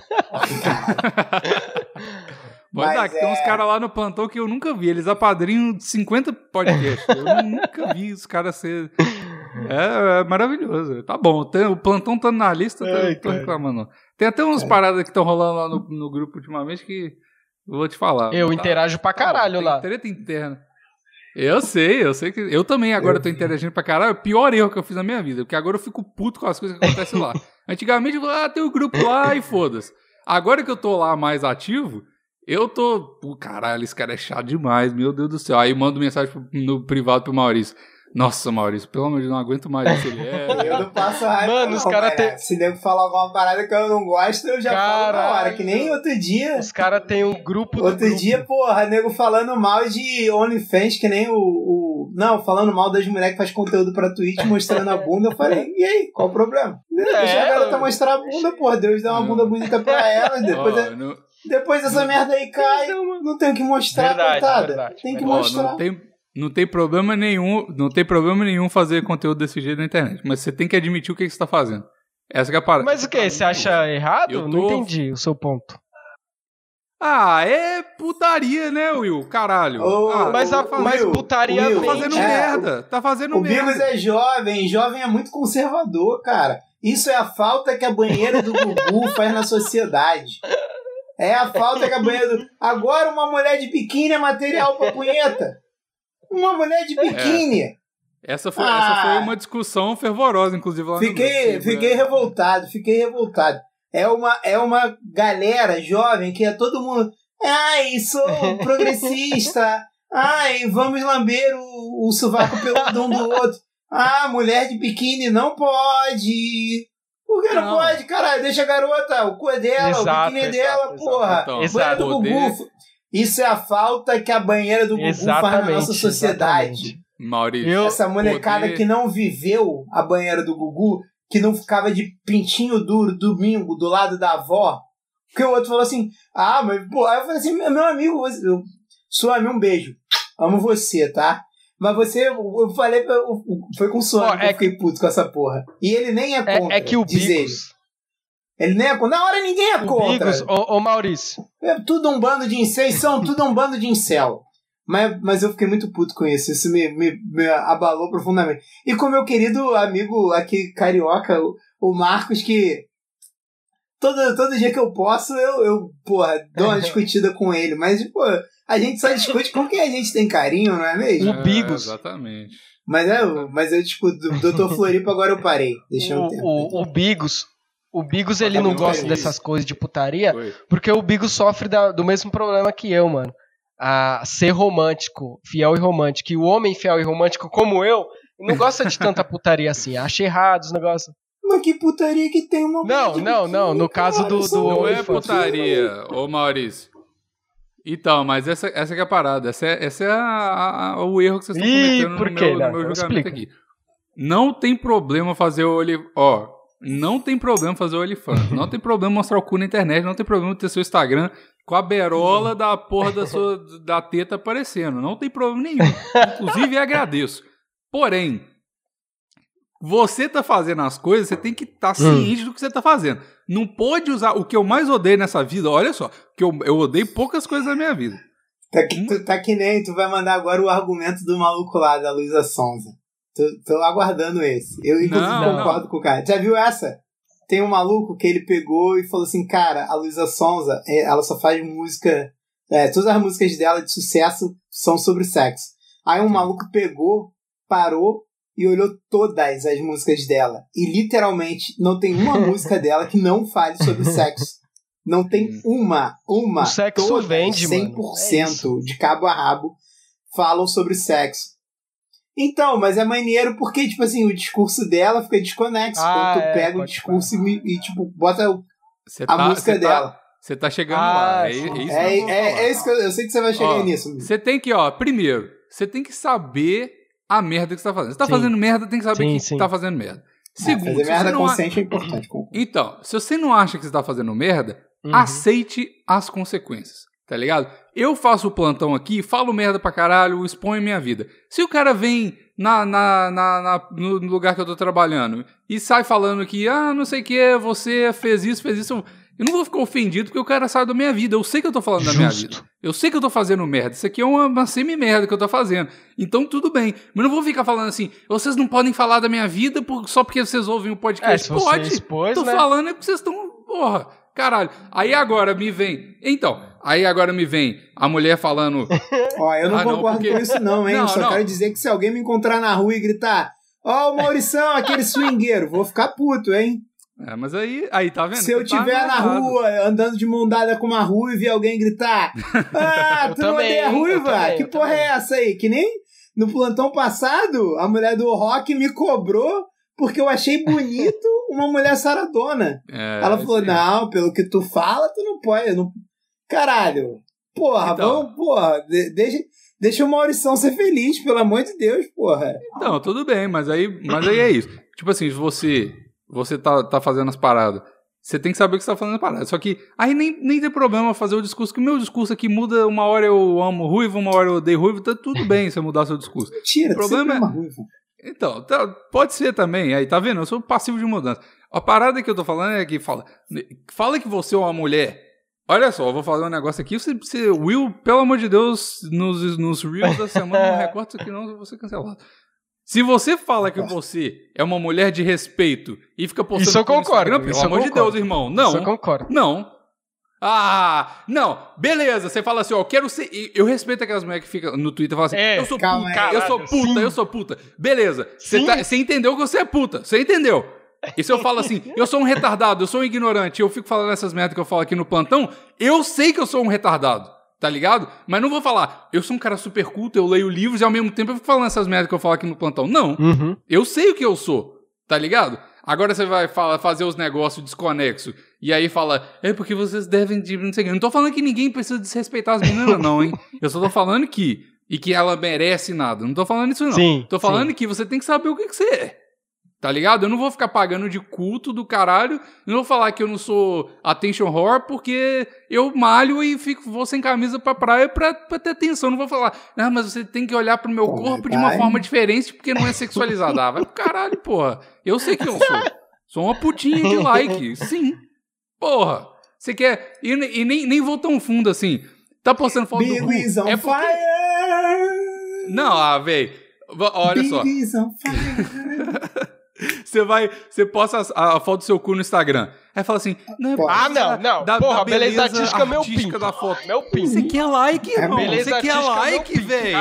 Speaker 2: Tem uns caras lá no plantão que eu nunca vi. Eles apadrinham 50 podcasts. Eu nunca vi os caras ser... É maravilhoso. Tá bom. O plantão tá na lista, tô reclamando. Tem até umas paradas que estão rolando lá no grupo ultimamente que eu vou te falar.
Speaker 1: Eu interajo pra caralho lá.
Speaker 2: Treta interna. Eu sei que... Eu também agora tô interagindo pra caralho. É o pior erro que eu fiz na minha vida. Porque agora eu fico puto com as coisas que acontecem lá. Antigamente eu falava, tem o grupo lá e foda-se. Agora que eu tô lá mais ativo, eu tô... Caralho, esse cara é chato demais, meu Deus do céu. Aí eu mando mensagem no privado pro Maurício. Nossa, Maurício, pelo amor de Deus, não aguento mais esse
Speaker 3: Eu não passo raiva. Mano,
Speaker 1: os caras tem...
Speaker 3: Se nego falar alguma parada que eu não gosto, eu já falo na hora. Que nem outro dia.
Speaker 1: Os caras têm um grupo.
Speaker 3: Outro dia, porra, nego falando mal de OnlyFans, que nem Não, falando mal das mulheres que faz conteúdo pra Twitch, mostrando a bunda. Eu falei, e aí, qual o problema? Deixa a garota mostrar a bunda, porra. Deus dá uma bunda bonita pra ela. Depois essa merda aí cai. Não tem o que mostrar, coitada. Tem que mostrar.
Speaker 2: Não tem problema nenhum fazer conteúdo desse jeito na internet, mas você tem que admitir o que você tá fazendo. Essa que é a parada.
Speaker 1: Mas o que? Você acha errado? Não entendi o seu ponto.
Speaker 2: É putaria, né, Will? Caralho.
Speaker 1: Mas putaria
Speaker 3: Will,
Speaker 2: tá fazendo merda. Tá fazendo merda.
Speaker 3: O Bigos é jovem é muito conservador, cara. Isso é a falta que a banheira do Gugu faz na sociedade. É a falta que a banheira do... Agora uma mulher de biquíni é material pra punheta. Uma mulher de biquíni.
Speaker 2: Essa foi uma discussão fervorosa, inclusive, lá
Speaker 3: Fiquei revoltado. É uma galera jovem que é todo mundo... Ai, sou progressista. Ai, vamos lamber o sovaco peludão do outro. Mulher de biquíni não pode. Por que não pode, caralho? Deixa a garota, o cu é dela, o biquíni é dela, porra. Banheira do Gugu... Isso é a falta que a banheira do Gugu faz na nossa sociedade.
Speaker 2: Maurício.
Speaker 3: Essa molecada que não viveu a banheira do Gugu, que não ficava de pintinho duro domingo do lado da avó. Porque o outro falou assim, mas pô, aí eu falei assim, meu amigo, Suami, um beijo. Amo você, tá? Mas você, eu falei, foi com o Suami que eu fiquei puto com essa porra. E ele nem é contra,
Speaker 1: é que o Bigos...
Speaker 3: Ele nem é contra. Na hora ninguém é contra.
Speaker 1: Bigos, ô Maurício.
Speaker 3: É tudo um bando de incel, tudo um bando de incel. Mas eu fiquei muito puto com isso. Isso me abalou profundamente. E com meu querido amigo aqui carioca, o Marcos, que todo dia que eu posso, eu dou uma discutida com ele. Mas, a gente só discute com quem a gente tem carinho, não é mesmo?
Speaker 1: O Bigos.
Speaker 2: Exatamente.
Speaker 3: Mas eu discuto. Doutor Floripa, agora eu parei. Deixa um tempo.
Speaker 1: O Bigos, ele não gosta dessas coisas de putaria, porque o Bigos sofre do mesmo problema que eu, mano. A ser romântico, fiel e romântico. E o homem fiel e romântico, como eu, não gosta de tanta putaria assim. Acha errado os negócios.
Speaker 3: Mas que putaria que tem uma...
Speaker 1: Não. No caso do
Speaker 2: não é putaria, ô Maurício. Então, mas essa que é a parada. Essa é o erro que vocês estão cometendo no meu julgamento aqui. Não tem problema fazer o não tem problema fazer o olifante. Não tem problema mostrar o cu na internet. Não tem problema ter seu Instagram com a berola da porra da teta aparecendo. Não tem problema nenhum. Inclusive, agradeço. Porém, você tá fazendo as coisas, você tem que estar ciente do que você tá fazendo. Não pode usar... O que eu mais odeio nessa vida, olha só, que eu odeio poucas coisas na minha vida.
Speaker 3: Tá que nem tu vai mandar agora o argumento do maluco lá, da Luísa Sonza. Tô aguardando esse. Eu, inclusive, concordo com o cara. Já viu essa? Tem um maluco que ele pegou e falou assim, cara, a Luísa Sonza, ela só faz música... todas as músicas dela de sucesso são sobre sexo. Aí um maluco pegou, parou e olhou todas as músicas dela. E literalmente não tem uma música dela que não fale sobre sexo. Não tem uma. O
Speaker 1: sexo todas, vende,
Speaker 3: 100%
Speaker 1: mano.
Speaker 3: De cabo a rabo falam sobre sexo. Então, mas é maneiro porque, tipo assim, o discurso dela fica desconexo. Quando tu pega o discurso e, tipo, bota a música dela.
Speaker 2: Você tá chegando lá.
Speaker 3: É isso que eu sei que você vai chegar nisso.
Speaker 2: Você tem que, primeiro, você tem que saber a merda que você tá fazendo. Você tá fazendo merda, tem que saber que tá fazendo merda. Segundo,
Speaker 3: fazer merda consciente é importante.
Speaker 2: Então, se você não acha que você tá fazendo merda, aceite as consequências, tá ligado? Eu faço o plantão aqui, falo merda pra caralho, exponho minha vida. Se o cara vem no lugar que eu tô trabalhando e sai falando que, não sei o que, você fez isso, eu não vou ficar ofendido porque o cara sai da minha vida. Eu sei que eu tô falando da minha vida. Eu sei que eu tô fazendo merda. Isso aqui é uma semi-merda que eu tô fazendo. Então, tudo bem. Mas não vou ficar falando assim, vocês não podem falar da minha vida só porque vocês ouvem o podcast. Pode. Tô falando é porque vocês estão... Porra, caralho. Aí agora me vem a mulher falando...
Speaker 3: Eu não concordo com isso não, hein? Só quero dizer que se alguém me encontrar na rua e gritar o Maurição, aquele swingueiro, vou ficar puto, hein?
Speaker 2: Mas aí tá vendo?
Speaker 3: Se eu estiver na rua, andando de mão dada com uma ruiva e alguém gritar tu não odeia a ruiva? Que porra é essa aí? Que nem no plantão passado, a mulher do rock me cobrou porque eu achei bonito uma mulher saradona. Ela falou, não, pelo que tu fala, tu não pode. Caralho. Porra, então, deixa o Maurição ser feliz, pelo amor de Deus, porra.
Speaker 2: Então, tudo bem, mas aí é isso. Tipo assim, se você tá fazendo as paradas, você tem que saber que você tá fazendo as paradas. Só que aí nem tem problema fazer o discurso, que o meu discurso aqui muda, uma hora eu amo ruivo, uma hora eu odeio ruivo, tá tudo bem você mudar seu discurso.
Speaker 3: Mentira, o problema é ruivo.
Speaker 2: Então, pode ser também, aí tá vendo? Eu sou passivo de mudança. A parada que eu tô falando é que fala que você é uma mulher. Olha só, eu vou fazer um negócio aqui, você Will, pelo amor de Deus, nos Reels da semana, não recorta isso aqui não, eu vou ser cancelado. Se você fala que você é uma mulher de respeito e fica postando...
Speaker 1: Isso eu concordo.
Speaker 2: Instagram, pelo amor de Deus, irmão. Não.
Speaker 1: Isso eu concordo.
Speaker 2: Não. Não. Beleza, você fala assim, eu quero ser... Eu respeito aquelas mulheres que ficam no Twitter e falam assim, eu sou puta, caralho, eu sou puta. Beleza, você entendeu que você é puta, você entendeu. E se eu falo assim, eu sou um retardado, eu sou um ignorante, eu fico falando essas merdas que eu falo aqui no plantão, eu sei que eu sou um retardado. Tá ligado? Mas não vou falar, eu sou um cara super culto, eu leio livros e ao mesmo tempo eu fico falando essas merdas que eu falo aqui no plantão. Não. Eu sei o que eu sou. Tá ligado? Agora você vai fazer os negócios desconexos e aí fala, porque vocês devem de... Não sei o que. Eu não tô falando que ninguém precisa desrespeitar as meninas, não, hein? Eu só tô falando que ela merece nada. Não tô falando isso, não. Tô falando que você tem que saber o que você é. Tá ligado? Eu não vou ficar pagando de culto do caralho. Não vou falar que eu não sou attention whore porque eu malho e vou sem camisa pra praia pra ter atenção. Não vou falar, mas você tem que olhar pro meu corpo de uma forma diferente porque não é sexualizado. Vai pro caralho, porra. Eu sei que eu sou. Sou uma putinha de like. Sim. Porra. Você quer... E nem vou tão fundo assim. Tá postando foto do cu.
Speaker 3: É porque...
Speaker 2: Não, véi. Olha só. Você posta a foto do seu cu no Instagram. Aí fala assim,
Speaker 1: não. Porra, beleza artística é meu pinto.
Speaker 2: Da foto.
Speaker 1: Meu pinto.
Speaker 2: Você quer like, irmão? Você quer like, velho?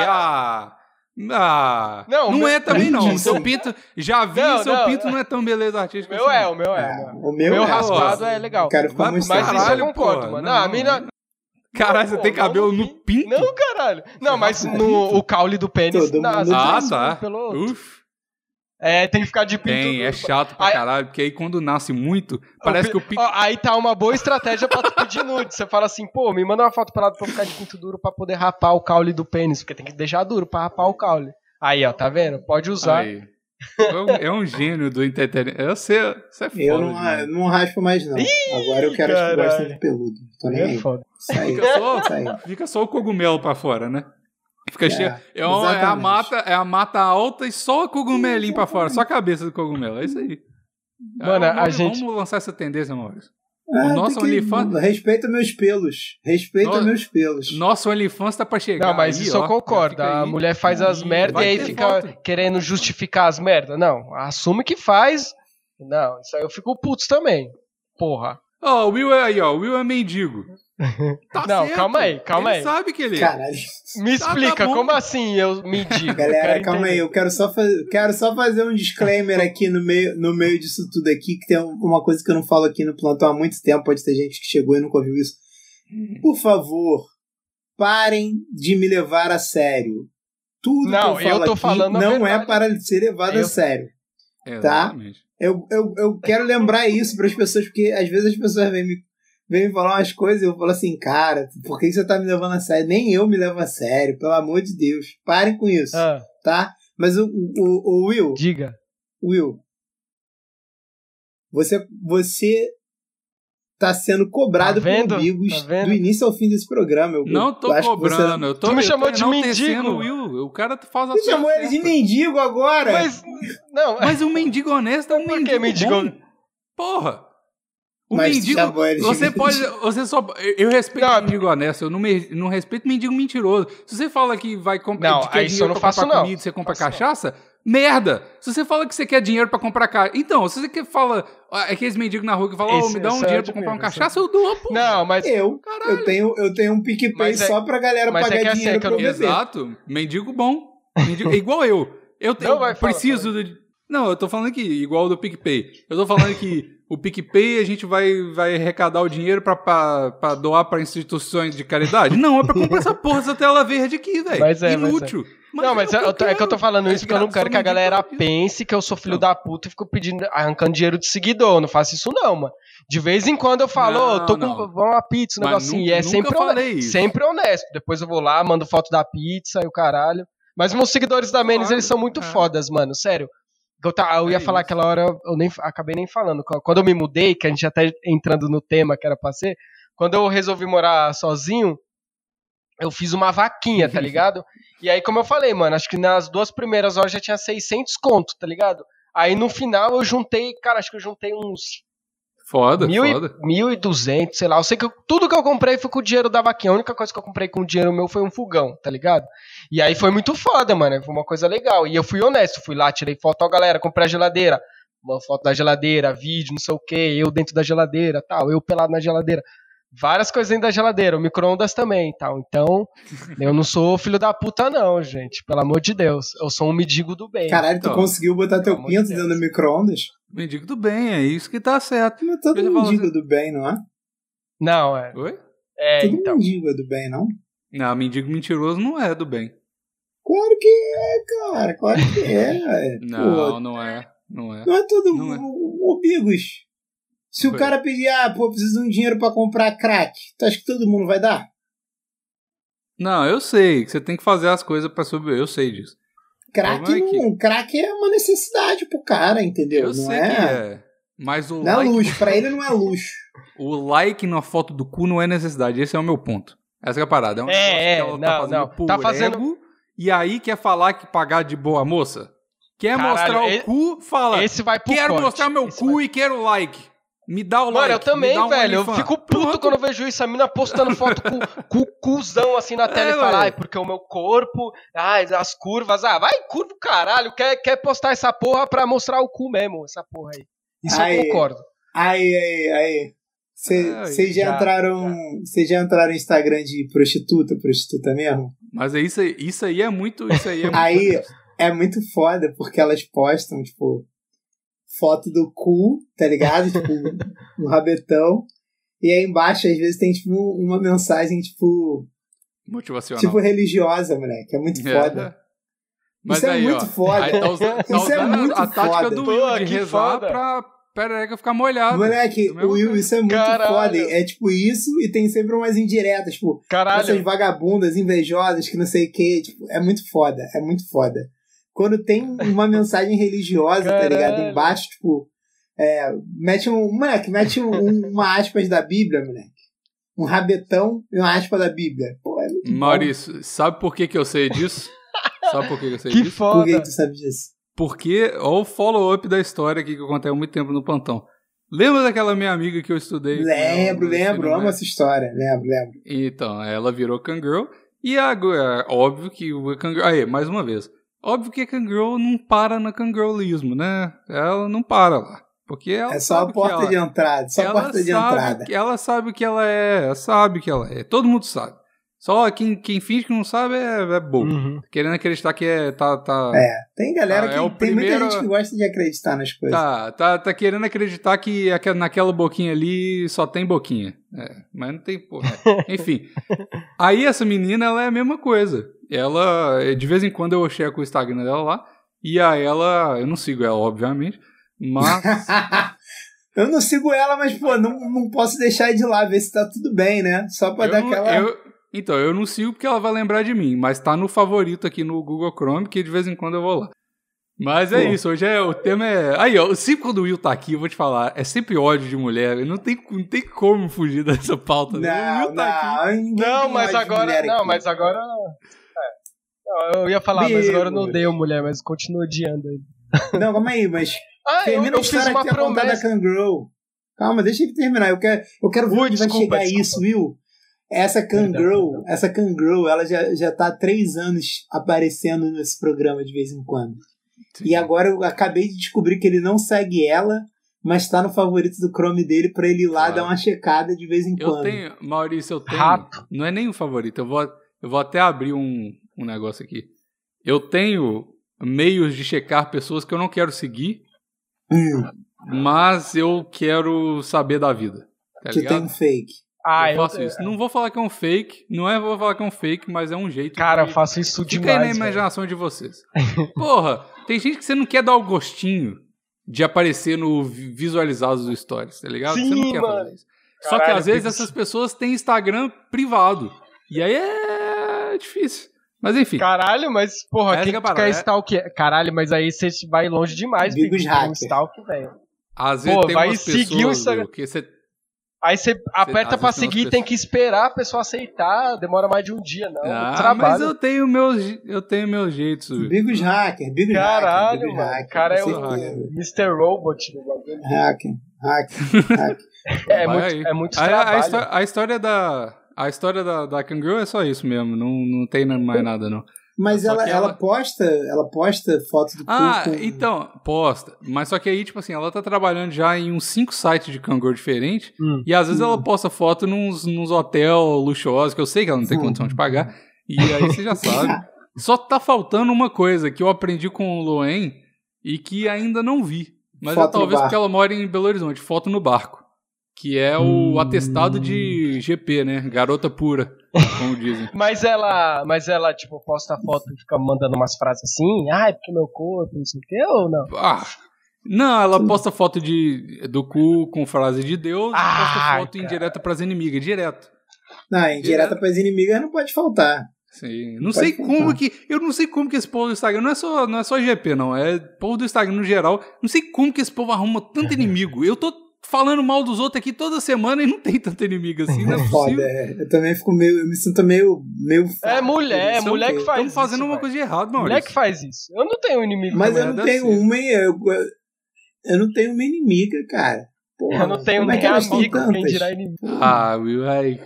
Speaker 2: Não é também não. Seu pinto, já vi, seu pinto não é tão beleza artística.
Speaker 1: O meu raspado é legal. Mas isso eu concordo, mano. A mina...
Speaker 2: Caralho, você tem cabelo no pinto?
Speaker 1: Não, caralho. Não, mas o caule do pênis...
Speaker 2: tá. Uf.
Speaker 1: Tem que ficar de pinto.
Speaker 2: É chato pra caralho, porque aí quando nasce muito, parece que o pinto...
Speaker 1: Aí tá uma boa estratégia pra tu pedir nude. Você fala assim, me manda uma foto parada pra eu ficar de pinto duro pra poder rapar o caule do pênis, porque tem que deixar duro pra rapar o caule. Aí, ó, tá vendo? Pode usar.
Speaker 2: É um gênio do entretenimento. Você é foda.
Speaker 3: Eu não raspo mais, não. Agora eu quero as que gostam de peludo. Tô nem aí.
Speaker 1: Foda.
Speaker 2: Fica só o cogumelo pra fora, né? Fica cheio. É a mata alta e só o cogumelinho pra fora. Só a cabeça do cogumelo. É isso aí.
Speaker 1: Mano, vamos
Speaker 2: lançar essa tendência, Maurício.
Speaker 3: O nosso OnlyFans... Respeita meus pelos. Meus pelos.
Speaker 2: Nosso OnlyFans tá pra chegar.
Speaker 1: Não, mas isso eu concordo. A mulher faz as merdas e aí fica querendo justificar as merdas. Não, assume que faz. Não, isso aí eu fico puto também. Porra.
Speaker 2: Ó, o Will é aí, ó. O Will é mendigo.
Speaker 1: Tá não, certo. calma aí.
Speaker 2: Ele sabe que ele é.
Speaker 3: Caralho.
Speaker 1: Me explica, como assim eu mendigo?
Speaker 3: Galera, calma aí, eu quero só fazer um disclaimer aqui no meio disso tudo aqui, que tem uma coisa que eu não falo aqui no plantão há muito tempo, pode ter gente que chegou e nunca ouviu isso. Por favor, parem de me levar a sério. Tudo que eu tô falando aqui não é para ser levado a sério. Tá? Eu quero lembrar isso para as pessoas, porque às vezes as pessoas vêm me falar umas coisas e eu falo assim, cara, por que você tá me levando a sério? Nem eu me levo a sério, pelo amor de Deus. Parem com isso, tá? Mas o Will...
Speaker 1: Diga.
Speaker 3: Will, você tá sendo cobrado por amigos do início ao fim desse programa.
Speaker 2: Não tô cobrando.
Speaker 1: Tu me chamou de mendigo.
Speaker 2: Will. O cara faz
Speaker 3: Você chamou ele de mendigo agora?
Speaker 2: Mas o mendigo honesto é um mendigo. Por que mendigo? Bom. Porra! O mendigo, eu respeito o mendigo honesto, eu não respeito o mendigo mentiroso. Se você fala que vai comprar dinheiro pra comprar comida, você compra cachaça, merda! Se você fala que você quer dinheiro pra comprar cachaça, então, se você fala, aqueles mendigos na rua que falam, me dá um dinheiro pra comprar uma cachaça, eu dou, pô.
Speaker 1: Não, mas...
Speaker 3: Eu tenho um PicPay só pra galera pagar dinheiro pra eu beber.
Speaker 2: Exato, mendigo bom, igual eu. Eu preciso de... Não, eu tô falando aqui, igual do PicPay. Eu tô falando que o PicPay a gente vai arrecadar o dinheiro pra doar pra instituições de caridade? Não, é pra comprar essa porra dessa tela verde aqui, velho. Inútil.
Speaker 1: Mas é que eu tô falando isso porque eu não quero que a galera pense que eu sou filho da puta e fico arrancando dinheiro de seguidor. Eu não faço isso não, mano. De vez em quando eu falo, tô com uma pizza, um negocinho. E é sempre honesto. Depois eu vou lá, mando foto da pizza e o caralho. Mas meus seguidores da Menes, eles são muito fodas, mano. Sério. Eu ia falar aquela hora, eu acabei nem falando. Quando eu me mudei, que a gente até entrando no tema que era pra ser, quando eu resolvi morar sozinho, eu fiz uma vaquinha, tá ligado? E aí, como eu falei, mano, acho que nas 2 primeiras horas já tinha 600 conto, tá ligado? Aí no final eu juntei, cara, acho que eu juntei uns...
Speaker 2: Foda.
Speaker 1: 1.200, sei lá. Eu sei que tudo que eu comprei foi com o dinheiro da vaquinha. A única coisa que eu comprei com o dinheiro meu foi um fogão, tá ligado? E aí foi muito foda, mano. Foi uma coisa legal. E eu fui honesto. Fui lá, tirei foto, ó, galera, comprei a geladeira. Uma foto da geladeira, vídeo, não sei o que. Eu dentro da geladeira, tal. Eu pelado na geladeira. Várias coisas dentro da geladeira. O micro-ondas também, tal. Então, eu não sou filho da puta não, gente. Pelo amor de Deus. Eu sou um mendigo do bem.
Speaker 3: Caralho, tu conseguiu botar teu pinto dentro do micro-ondas?
Speaker 2: Mendigo do bem, é isso que tá certo.
Speaker 3: Mas todo mendigo do bem, não é?
Speaker 1: Não, é.
Speaker 2: Oi?
Speaker 3: Todo mendigo é do bem, não?
Speaker 2: Não, mendigo mentiroso não é do bem.
Speaker 3: Claro que é, cara. Claro que é.
Speaker 2: Não é.
Speaker 3: Não é todo... Ô, Bigos, se o cara pedir, precisa de um dinheiro pra comprar crack, tu acha que todo mundo vai dar?
Speaker 2: Não, eu sei que você tem que fazer as coisas pra sobreviver, eu sei disso.
Speaker 3: Crack é uma necessidade pro cara, entendeu?
Speaker 2: Eu sei que é. Mas o
Speaker 3: não é luxo, pra ele não é luxo.
Speaker 2: O like na foto do cu não é necessidade, esse é o meu ponto. Essa é a parada. É um negócio que ela tá fazendo ego, e aí quer falar que pagar de boa moça? Quer mostrar o cu, fala.
Speaker 1: Esse vai pro
Speaker 2: quero mostrar meu cu e quero like. Me dá o like.
Speaker 1: Mano, eu também, velho. Eu fico puto quando eu vejo isso. A mina postando foto com o cuzão assim na tela e fala, porque o meu corpo, as curvas, vai curva o caralho. Quer postar essa porra pra mostrar o cu mesmo, essa porra aí. Isso eu concordo.
Speaker 3: Aí. Vocês já entraram no Instagram de prostituta mesmo?
Speaker 2: Mas isso aí é muito...
Speaker 3: Aí é muito foda, porque elas postam, tipo... foto do cu, tá ligado? Tipo, um rabetão. E aí embaixo, às vezes, tem, tipo, uma mensagem, tipo...
Speaker 2: motivacional.
Speaker 3: Tipo, religiosa, moleque. É muito foda.
Speaker 2: Mas
Speaker 3: isso
Speaker 2: aí,
Speaker 3: é muito foda.
Speaker 2: Tá usando a tática do Will de rezar
Speaker 1: foda.
Speaker 2: pra perereca ficar molhada.
Speaker 3: Moleque, o Will, isso é muito foda. É tipo isso, e tem sempre umas indiretas, tipo, essas vagabundas, invejosas, que não sei o que. Tipo, é muito foda. quando tem uma mensagem religiosa, tá ligado? Embaixo, tipo, mete uma aspas da Bíblia, moleque. Um rabetão e uma aspa da Bíblia. Pô, é muito
Speaker 2: Maurício, sabe por que eu sei disso? Sabe por que eu sei
Speaker 1: que
Speaker 2: disso?
Speaker 1: Foda.
Speaker 3: Por que tu sabe disso?
Speaker 2: Porque, olha o follow-up da história aqui que eu contei há muito tempo no plantão. Lembra daquela minha amiga que eu estudei?
Speaker 3: Lembro, amo essa história. Lembro.
Speaker 2: Então, ela virou Kangirl. E agora, óbvio que o Kangirl... Aí, mais uma vez. Óbvio que a Kangirl não para na Kangirlismo, né? Ela não para lá. Porque ela
Speaker 3: é só a porta de entrada. Só a porta de entrada.
Speaker 2: Ela sabe o que ela é. Ela sabe o que ela é. Todo mundo sabe. Só quem finge que não sabe é bobo. Uhum. Querendo acreditar que
Speaker 3: tem galera que... Tem muita gente que gosta de acreditar nas coisas.
Speaker 2: Tá querendo acreditar que naquela boquinha ali só tem boquinha. Mas não tem porra. Enfim. Aí essa menina, ela é a mesma coisa. Ela, de vez em quando eu checo o Instagram dela lá. E aí ela... Eu não sigo ela, obviamente. Mas...
Speaker 3: eu não sigo ela, mas, pô, não posso deixar de ir lá ver se tá tudo bem, né? Só pra dar aquela...
Speaker 2: Então, eu não sigo porque ela vai lembrar de mim, mas tá no favorito aqui no Google Chrome, que de vez em quando eu vou lá. Mas é isso, hoje o tema é... Aí, ó, sempre quando o Will tá aqui, eu vou te falar, é sempre ódio de mulher, não tem como fugir dessa pauta.
Speaker 1: Mas agora... eu ia falar, mas agora eu não odeio mulher, mas continuo odiando ele.
Speaker 3: Não, calma aí, mas... termina a história que ia contar da Kangirl. Calma, deixa ele terminar, eu quero ver onde vai chegar isso, Will. Essa Kangirl, ela já tá há 3 anos aparecendo nesse programa de vez em quando. Sim. E agora eu acabei de descobrir que ele não segue ela, mas tá no favorito do Chrome dele pra ele ir lá dar uma checada de vez em quando.
Speaker 2: Maurício, eu tenho... Não é nem o favorito, eu vou até abrir um negócio aqui. Eu tenho meios de checar pessoas que eu não quero seguir, mas eu quero saber da vida. Tá ligado?
Speaker 3: Tem um fake.
Speaker 2: Eu faço isso. Não vou falar que é um fake, vou falar que é um fake, mas é um jeito.
Speaker 1: Cara, eu faço isso demais.
Speaker 2: Fica aí na imaginação de vocês. Porra, tem gente que você não quer dar o gostinho de aparecer no visualizados do Stories, tá ligado?
Speaker 1: Sim,
Speaker 2: você não quer fazer isso. Só que às vezes essas pessoas têm Instagram privado. E aí é difícil. Mas enfim.
Speaker 1: Caralho, mas porra, quem quer stalker? Caralho, mas aí você vai longe demais.
Speaker 3: Bigos hacker.
Speaker 1: Stalker, velho.
Speaker 2: Às vezes tem umas pessoas que você...
Speaker 1: Aí você aperta pra seguir e tem que esperar a pessoa aceitar. Demora mais de um dia, não.
Speaker 2: Mas eu tenho meus jeitos.
Speaker 3: Bigos hacker.
Speaker 1: Caralho, mano. O cara é o Mr. Robot.
Speaker 3: Hacker.
Speaker 1: É muito trabalho.
Speaker 2: A história da Kangirl é só isso mesmo. Não tem mais nada, não.
Speaker 3: Mas ela posta foto do cu.
Speaker 2: Então, posta. Mas só que aí, tipo assim, ela tá trabalhando já em uns 5 sites de Kangirl diferentes. E às vezes ela posta foto nos hotel luxuosos, que eu sei que ela não tem condição de pagar. E aí você já sabe. Só tá faltando uma coisa que eu aprendi com o Loen e que ainda não vi. Mas talvez porque ela mora em Belo Horizonte. Foto no barco. Que é o atestado de GP, né? Garota pura, como dizem.
Speaker 1: Mas ela, tipo, posta foto e fica mandando umas frases assim, é porque meu corpo, não sei o que, ou não?
Speaker 2: Não, ela posta foto do cu com frase de Deus e posta foto indireta pras inimigas, direto.
Speaker 3: Não, indireta pras inimigas não pode faltar.
Speaker 2: Sim, eu não sei como que esse povo do Instagram, não é só GP, não, é povo do Instagram no geral, não sei como que esse povo arruma tanto inimigo. Eu tô falando mal dos outros aqui toda semana e não tem tanta inimiga assim, não é possível.
Speaker 3: Eu também fico eu me sinto meio
Speaker 1: mulher que faz isso.
Speaker 2: Estamos fazendo uma coisa de errado, Maurício.
Speaker 1: Mulher que faz isso. Eu não tenho inimigo.
Speaker 3: Mas eu não tenho eu não tenho uma inimiga, cara. Porra,
Speaker 1: eu não tenho nem amigo, quem dirá inimigo.
Speaker 2: Will, aí.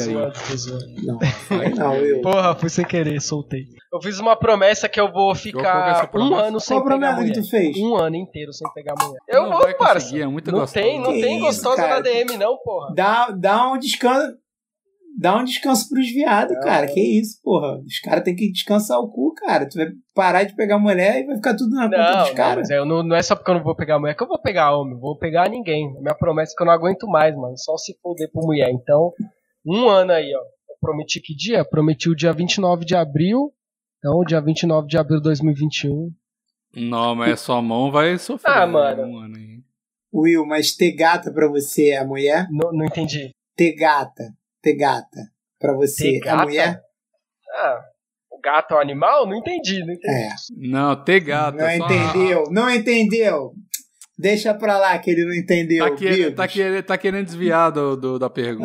Speaker 3: Não, Will.
Speaker 1: Porra, fui sem querer, soltei. Eu fiz uma promessa que eu vou ficar um ano sem pegar mulher.
Speaker 3: Que tu fez?
Speaker 1: Um ano inteiro sem pegar mulher. Eu vou, parça.
Speaker 2: Não
Speaker 1: tem gostosa na DM, não, porra.
Speaker 3: Dá um descanso. Dá um descanso pros viados, cara. Que isso, porra. Os caras têm que descansar o cu, cara. Tu vai parar de pegar mulher e vai ficar tudo na conta dos caras.
Speaker 1: Não é só porque eu não vou pegar mulher que eu vou pegar homem. Vou pegar ninguém. Minha promessa é que eu não aguento mais, mano. Só se foder por mulher. Então, um ano aí, ó. Eu prometi que dia? Prometi o dia 29 de abril. Então, dia 29 de abril de 2021.
Speaker 2: Não, mas sua mão vai sofrer.
Speaker 1: Mano.
Speaker 2: Um ano aí.
Speaker 3: Will, mas ter gata pra você é a mulher?
Speaker 1: Não entendi.
Speaker 3: Ter gata pra você é a mulher?
Speaker 1: gato é um animal? Não entendi.
Speaker 2: Não, ter gato.
Speaker 3: Não entendeu. Deixa pra lá que ele não entendeu.
Speaker 2: Tá querendo desviar da pergunta.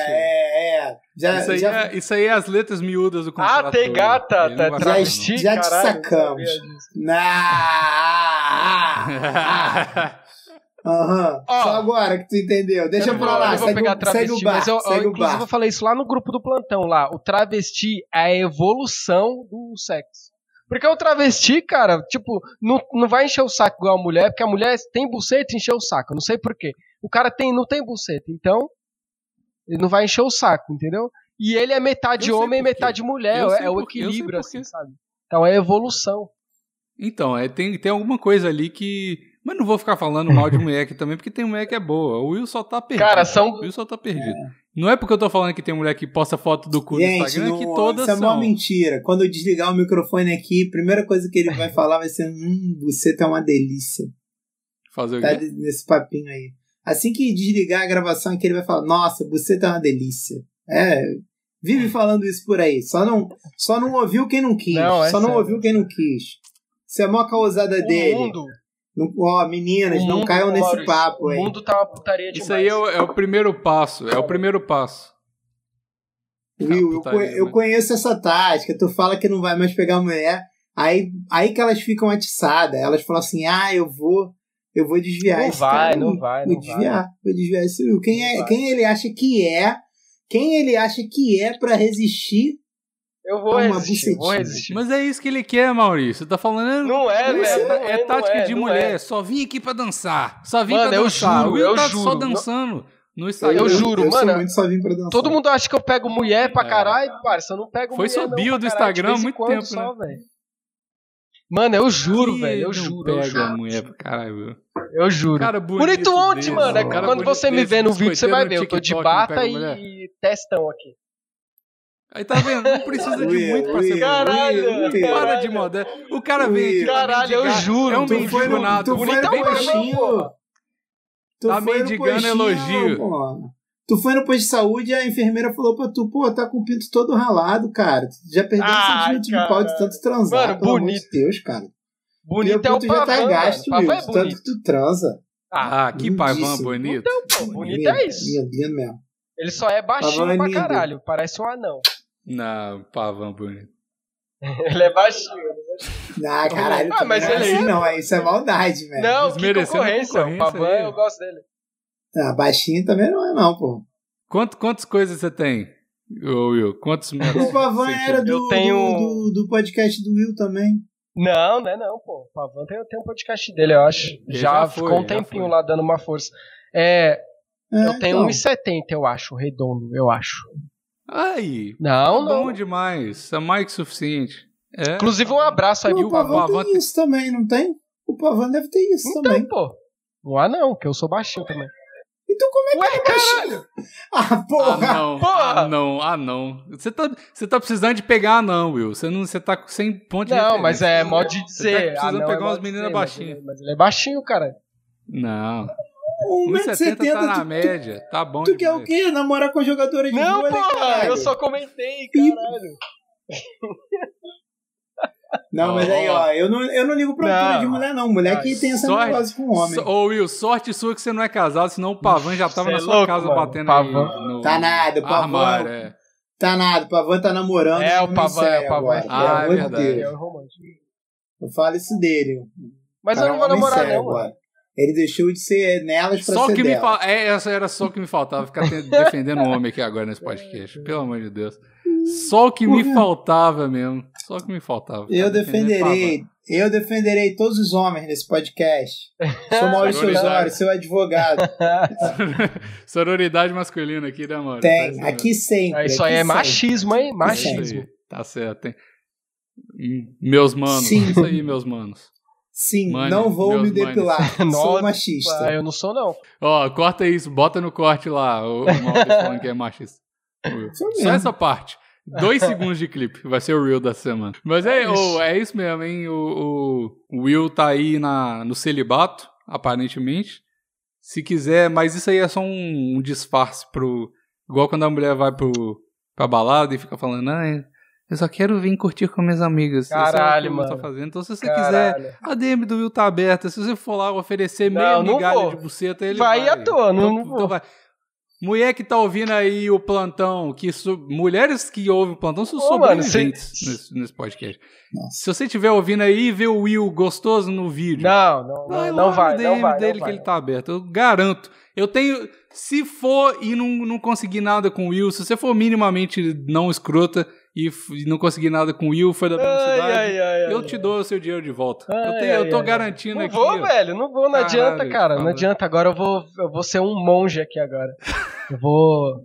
Speaker 2: Isso aí é as letras miúdas do contrato.
Speaker 1: Ter gata, travesti,
Speaker 3: já te sacamos. Só agora que tu entendeu. Deixa pra lá, segue o bar.
Speaker 1: Inclusive eu falei isso lá no grupo do plantão lá. O travesti é a evolução do sexo. Porque o travesti, cara, tipo, não vai encher o saco igual a mulher, porque a mulher tem buceta e encher o saco. Eu não sei porquê. O cara não tem buceta, então ele não vai encher o saco, entendeu? E ele é metade homem e metade mulher. É o equilíbrio, assim, sabe? Então é evolução.
Speaker 2: Então, tem alguma coisa ali que... Mas não vou ficar falando mal de mulher aqui também, porque tem mulher que é boa. O Will só tá perdido.
Speaker 1: Cara,
Speaker 2: O Will só tá perdido. Não é porque eu tô falando que tem mulher que posta foto do cu no Instagram, que todas são.
Speaker 3: Isso é uma mentira. Quando eu desligar o microfone aqui, a primeira coisa que ele vai falar vai ser: você tá uma delícia.
Speaker 2: Fazer o quê?
Speaker 3: Tá nesse papinho aí. Assim que desligar a gravação aqui, ele vai falar: nossa, você tá uma delícia. Vive falando isso por aí. Só não ouviu quem não quis. Não ouviu quem não quis. Isso é a maior causada dele. Meninas, não caiam nesse papo aí.
Speaker 1: O mundo tá uma putaria demais.
Speaker 2: Isso aí é o primeiro passo. É o primeiro passo.
Speaker 3: Will, eu conheço essa tática. Tu fala que não vai mais pegar mulher. Aí que elas ficam atiçadas. Elas falam assim: eu vou desviar esse cara.
Speaker 1: Não vai.
Speaker 3: Vou desviar esse Will. Quem ele acha que é? Quem ele acha que é pra resistir?
Speaker 1: Eu vou resistir.
Speaker 2: Mas é isso que ele quer, Maurício. Tá falando...
Speaker 1: Não é, velho.
Speaker 2: É tática de mulher. Só vim aqui pra dançar. Só vim pra dançar.
Speaker 1: Eu juro.
Speaker 2: Só dançando no Instagram.
Speaker 1: Eu juro, mano.
Speaker 3: Muito só vim pra dançar.
Speaker 1: Todo mundo acha que eu pego mulher pra caralho. Parça, eu não pego
Speaker 2: mulher. Foi sua bio do Instagram há muito tempo,
Speaker 1: só, né? Mano, eu juro, velho. Eu juro.
Speaker 2: Pega mulher pra caralho.
Speaker 1: Eu juro. Cara, bonito ontem, mano. É quando você me vê no vídeo, você vai ver. Eu tô de bata e testão aqui.
Speaker 2: Aí tá vendo? Não precisa de muito pra ser
Speaker 1: caralho,
Speaker 2: para de moda. O cara vem aqui.
Speaker 1: Caralho, eu juro.
Speaker 2: É um mendigo nato.
Speaker 3: Tu foi no postinho.
Speaker 2: Tá mendigando elogio.
Speaker 3: Tu foi no posto de saúde e a enfermeira falou pra tu: tá com o pinto todo ralado, cara. Tu já perdeu um centímetro de pau de tanto transar.
Speaker 1: Mano, bonito.
Speaker 3: Pelo amor de Deus, cara.
Speaker 1: Bonito é o
Speaker 3: Pavão, já tá gasto,
Speaker 1: Will,
Speaker 3: é tanto que tu transa.
Speaker 2: Que Pavão bonito.
Speaker 1: Então, bonito é isso.
Speaker 3: Lindo mesmo.
Speaker 1: Ele só é baixinho pra caralho. Parece um anão.
Speaker 2: Não, Pavão bonito.
Speaker 1: Ele é baixinho.
Speaker 3: Caralho.
Speaker 1: Mas ele
Speaker 3: assim, não, isso é maldade, velho.
Speaker 1: Não, que concorrência. O Pavão, eu gosto dele.
Speaker 3: Baixinho também não é, não, pô.
Speaker 2: Quantas coisas você tem, Will? Quantos metros?
Speaker 3: O Pavão era do podcast do Will também.
Speaker 1: Não, pô. O Pavão tem um podcast dele, eu acho. Já ficou um tempinho lá dando uma força. Eu tenho 1,70, eu acho, redondo, eu acho.
Speaker 2: Aí,
Speaker 1: não.
Speaker 2: Bom demais, isso é mais que suficiente.
Speaker 1: Inclusive um abraço aí
Speaker 3: pro Pavão. O Pavão tem isso também, não tem? O Pavão deve ter isso
Speaker 1: então,
Speaker 3: também.
Speaker 1: Pô. Não, que eu sou baixinho também.
Speaker 3: Então como é que é baixinho?
Speaker 1: Porra!
Speaker 2: Não. Você tá precisando de pegar anão, Will. Você tá sem ponto de
Speaker 1: referência. Não, mas é modo de dizer.
Speaker 2: Você tá precisando pegar umas meninas baixinhas.
Speaker 1: Mas ele é baixinho, cara.
Speaker 2: Não. 1,70 tá na média, tá bom.
Speaker 3: Tu quer o quê? Namorar com a jogadora de vôlei?
Speaker 1: Não, porra, eu só comentei, caralho.
Speaker 3: Não, mas aí, ó, eu não ligo pra altura de mulher, não. Mulher que tem essa negócio com homem.
Speaker 2: Will, sorte sua que você não é casado, senão o Pavão já tava na sua casa batendo
Speaker 3: Pavão.
Speaker 2: Aí no
Speaker 3: tá nada, o Pavão.
Speaker 2: Armário,
Speaker 3: Tá nada, o Pavão tá namorando.
Speaker 1: O Pavão é
Speaker 2: verdade.
Speaker 3: Eu falo isso dele.
Speaker 1: Mas eu não vou namorar, não,
Speaker 3: agora. Ele deixou de ser nelas pra
Speaker 2: só
Speaker 3: ser
Speaker 2: que
Speaker 3: dela.
Speaker 2: Essa era só o que me faltava, ficar defendendo o homem aqui agora nesse podcast. Pelo amor de Deus. Só o que me faltava mesmo. Só o que me faltava.
Speaker 3: Eu defenderei todos os homens nesse podcast. Sou Maurício Osório, seu advogado.
Speaker 2: Sororidade masculina aqui, né, mano?
Speaker 3: Tem, aqui sempre.
Speaker 1: Isso aí é machismo, hein? Machismo.
Speaker 2: Tá certo, hein? Meus manos.
Speaker 3: Sim.
Speaker 2: Isso aí, meus manos.
Speaker 3: Sim, não vou me depilar. Sou machista.
Speaker 1: Eu não sou, não.
Speaker 2: Ó, corta isso, bota no corte lá o Maurício falando que é machista. Só essa parte. 2 segundos de clipe. Vai ser o Will da semana. Mas é isso mesmo, hein? O Will tá aí no celibato, aparentemente. Se quiser, mas isso aí é só um disfarce pro... Igual quando a mulher vai pra balada e fica falando, Eu só quero vir curtir com minhas amigas.
Speaker 1: Caralho,
Speaker 2: é o que
Speaker 1: mano.
Speaker 2: Tá fazendo. Então, se você quiser, a DM do Will tá aberta. Se você for lá oferecer meia migalha de buceta, ele vai.
Speaker 1: À toa, não vou.
Speaker 2: Então vai. Mulher que tá ouvindo aí o plantão, mulheres que ouvem o plantão são sobreviventes nesse podcast. Nossa. Se você estiver ouvindo aí e ver o Will gostoso no vídeo,
Speaker 1: não vai.
Speaker 2: Que ele tá aberto. Eu garanto. Eu tenho... Se for e não conseguir nada com o Will, se você for minimamente não escrota e não conseguir nada com o Will, foi da velocidade, eu te dou o seu dinheiro de volta. Eu tô garantindo aqui.
Speaker 1: Não vou, velho. Não vou, não adianta, cara. Não adianta. Agora eu vou ser um monge aqui agora. Eu vou...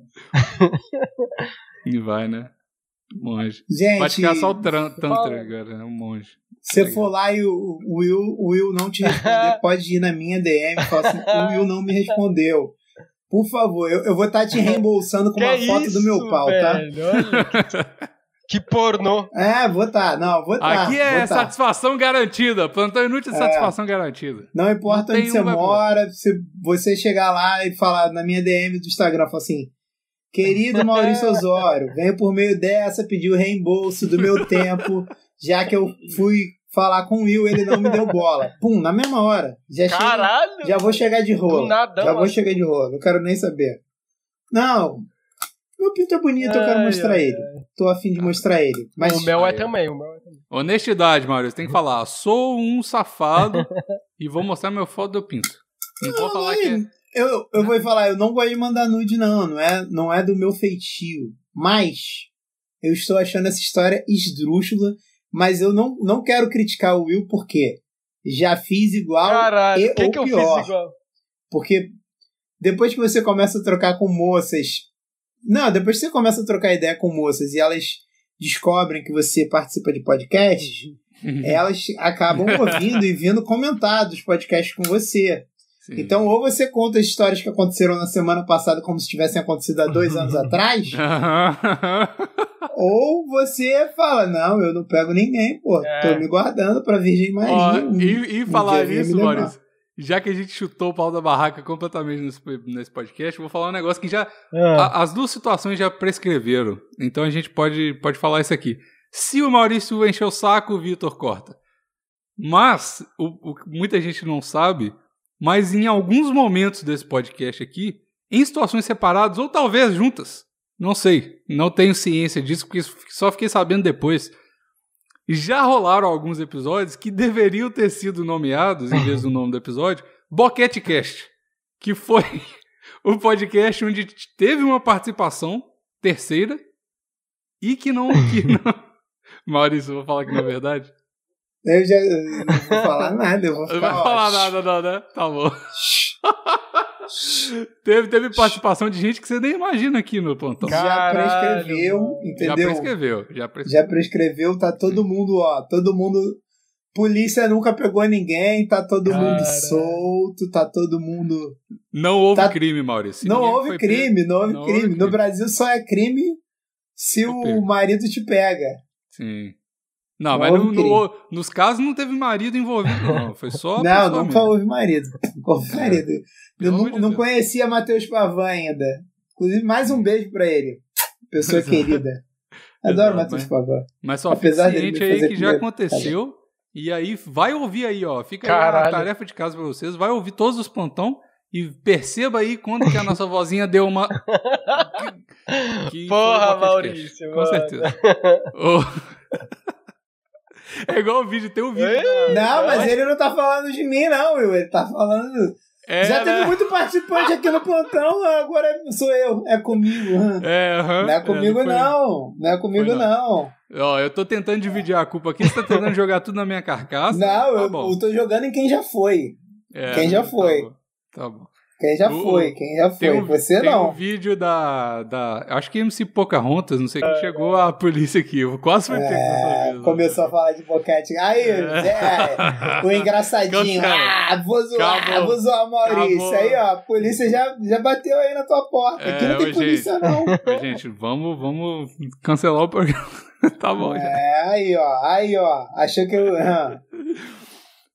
Speaker 2: E vai, né? Monge.
Speaker 3: Gente...
Speaker 2: Vai ficar só o Tantra agora, né? Um monge.
Speaker 3: Se você for lá e o Will não te responder, pode ir na minha DM e falar assim, o Will não me respondeu. Por favor, eu vou estar te reembolsando com uma foto do meu pau, velho,
Speaker 1: tá? Que pornô.
Speaker 3: Vou estar.
Speaker 2: Aqui é satisfação garantida. Plantão inútil é satisfação garantida.
Speaker 3: Não importa onde você mora, se você chegar lá e falar na minha DM do Instagram, falar assim, querido Maurício Osório, venho por meio dessa pedir o reembolso do meu tempo, já que eu fui falar com o Will, ele não me deu bola. Pum, na mesma hora. Já vou chegar de rolo. Vou chegar de rolo. Não quero nem saber. Não. Meu pinto é bonito, eu quero mostrar ele. Tô a fim de mostrar ele. Mas...
Speaker 1: O meu é também.
Speaker 2: Honestidade, Maurício. Tem que falar. Sou um safado e vou mostrar meu foto do pinto. Não vou falar que...
Speaker 3: Eu vou falar, eu não gosto de mandar nude, não é do meu feitio. Mas eu estou achando essa história esdrúxula. Mas eu não quero criticar o Will porque já fiz igual ou pior. Eu fiz igual? Porque depois que você começa a trocar com moças... Não, depois que você começa a trocar ideia com moças e elas descobrem que você participa de podcasts, elas acabam ouvindo e vindo comentar dos podcasts com você. Sim. Então, ou você conta as histórias que aconteceram na semana passada como se tivessem acontecido há 2 anos atrás... Ou você fala, não, eu não pego ninguém, pô. Tô me guardando pra Virgem Maria.
Speaker 2: E falar nisso, Maurício, já que a gente chutou o pau da barraca completamente nesse podcast, eu vou falar um negócio que já... As duas situações já prescreveram. Então a gente pode falar isso aqui. Se o Maurício encher o saco, o Vitor corta. Mas, muita gente não sabe, mas em alguns momentos desse podcast aqui, em situações separadas, ou talvez juntas, não sei, não tenho ciência disso, porque só fiquei sabendo depois. Já rolaram alguns episódios que deveriam ter sido nomeados, em vez do nome do episódio, Boquete Cast, que foi o podcast onde teve uma participação terceira e que não... Maurício, eu vou falar que não é verdade?
Speaker 3: Eu não vou falar nada, eu vou ficar...
Speaker 2: Não vai falar nada não, né? Tá bom. Teve participação de gente que você nem imagina aqui no plantão.
Speaker 3: Já prescreveu, entendeu? Já prescreveu, tá todo mundo, todo mundo... Polícia nunca pegou ninguém, tá todo mundo solto, tá todo mundo...
Speaker 2: Não houve crime, Maurício.
Speaker 3: Não houve crime. No Brasil só é crime se o marido te pega.
Speaker 2: Sim. Não, mas nos casos não teve marido envolvido, não. Foi só...
Speaker 3: Nunca houve marido. Eu não conhecia Matheus Pavan ainda. Inclusive, mais um beijo pra ele. Pessoa querida. Adoro Matheus Pavan.
Speaker 2: Mas só fica ciente aí que já aconteceu. E aí, vai ouvir aí, ó. Fica aí a tarefa de casa pra vocês. Vai ouvir todos os plantão e perceba aí quando que a nossa vozinha deu uma...
Speaker 1: Porra, Maurício.
Speaker 2: Com certeza. É igual o vídeo, tem um vídeo.
Speaker 3: Mas ele não tá falando de mim, não, Will. Ele tá falando... Já teve muito participante aqui no plantão, agora sou eu. É comigo. Não é comigo, não. Não é comigo, não.
Speaker 2: Ó, eu tô tentando dividir a culpa aqui. Você tá tentando jogar tudo na minha carcaça.
Speaker 3: Não, eu tô jogando em quem já foi. Quem já foi.
Speaker 2: Tá bom.
Speaker 3: Quem já foi. Você não.
Speaker 2: Tem um vídeo da... Acho que MC Pocahontas, não sei quem chegou a polícia aqui. Eu quase fui pego.
Speaker 3: Começou a falar de boquete. Aí, o engraçadinho. Vou zoar Maurício. Aí, ó, a polícia já bateu aí na tua porta. Aqui não tem polícia, não.
Speaker 2: Gente, vamos cancelar o programa. Tá bom, já.
Speaker 3: Aí, ó. Achou que eu...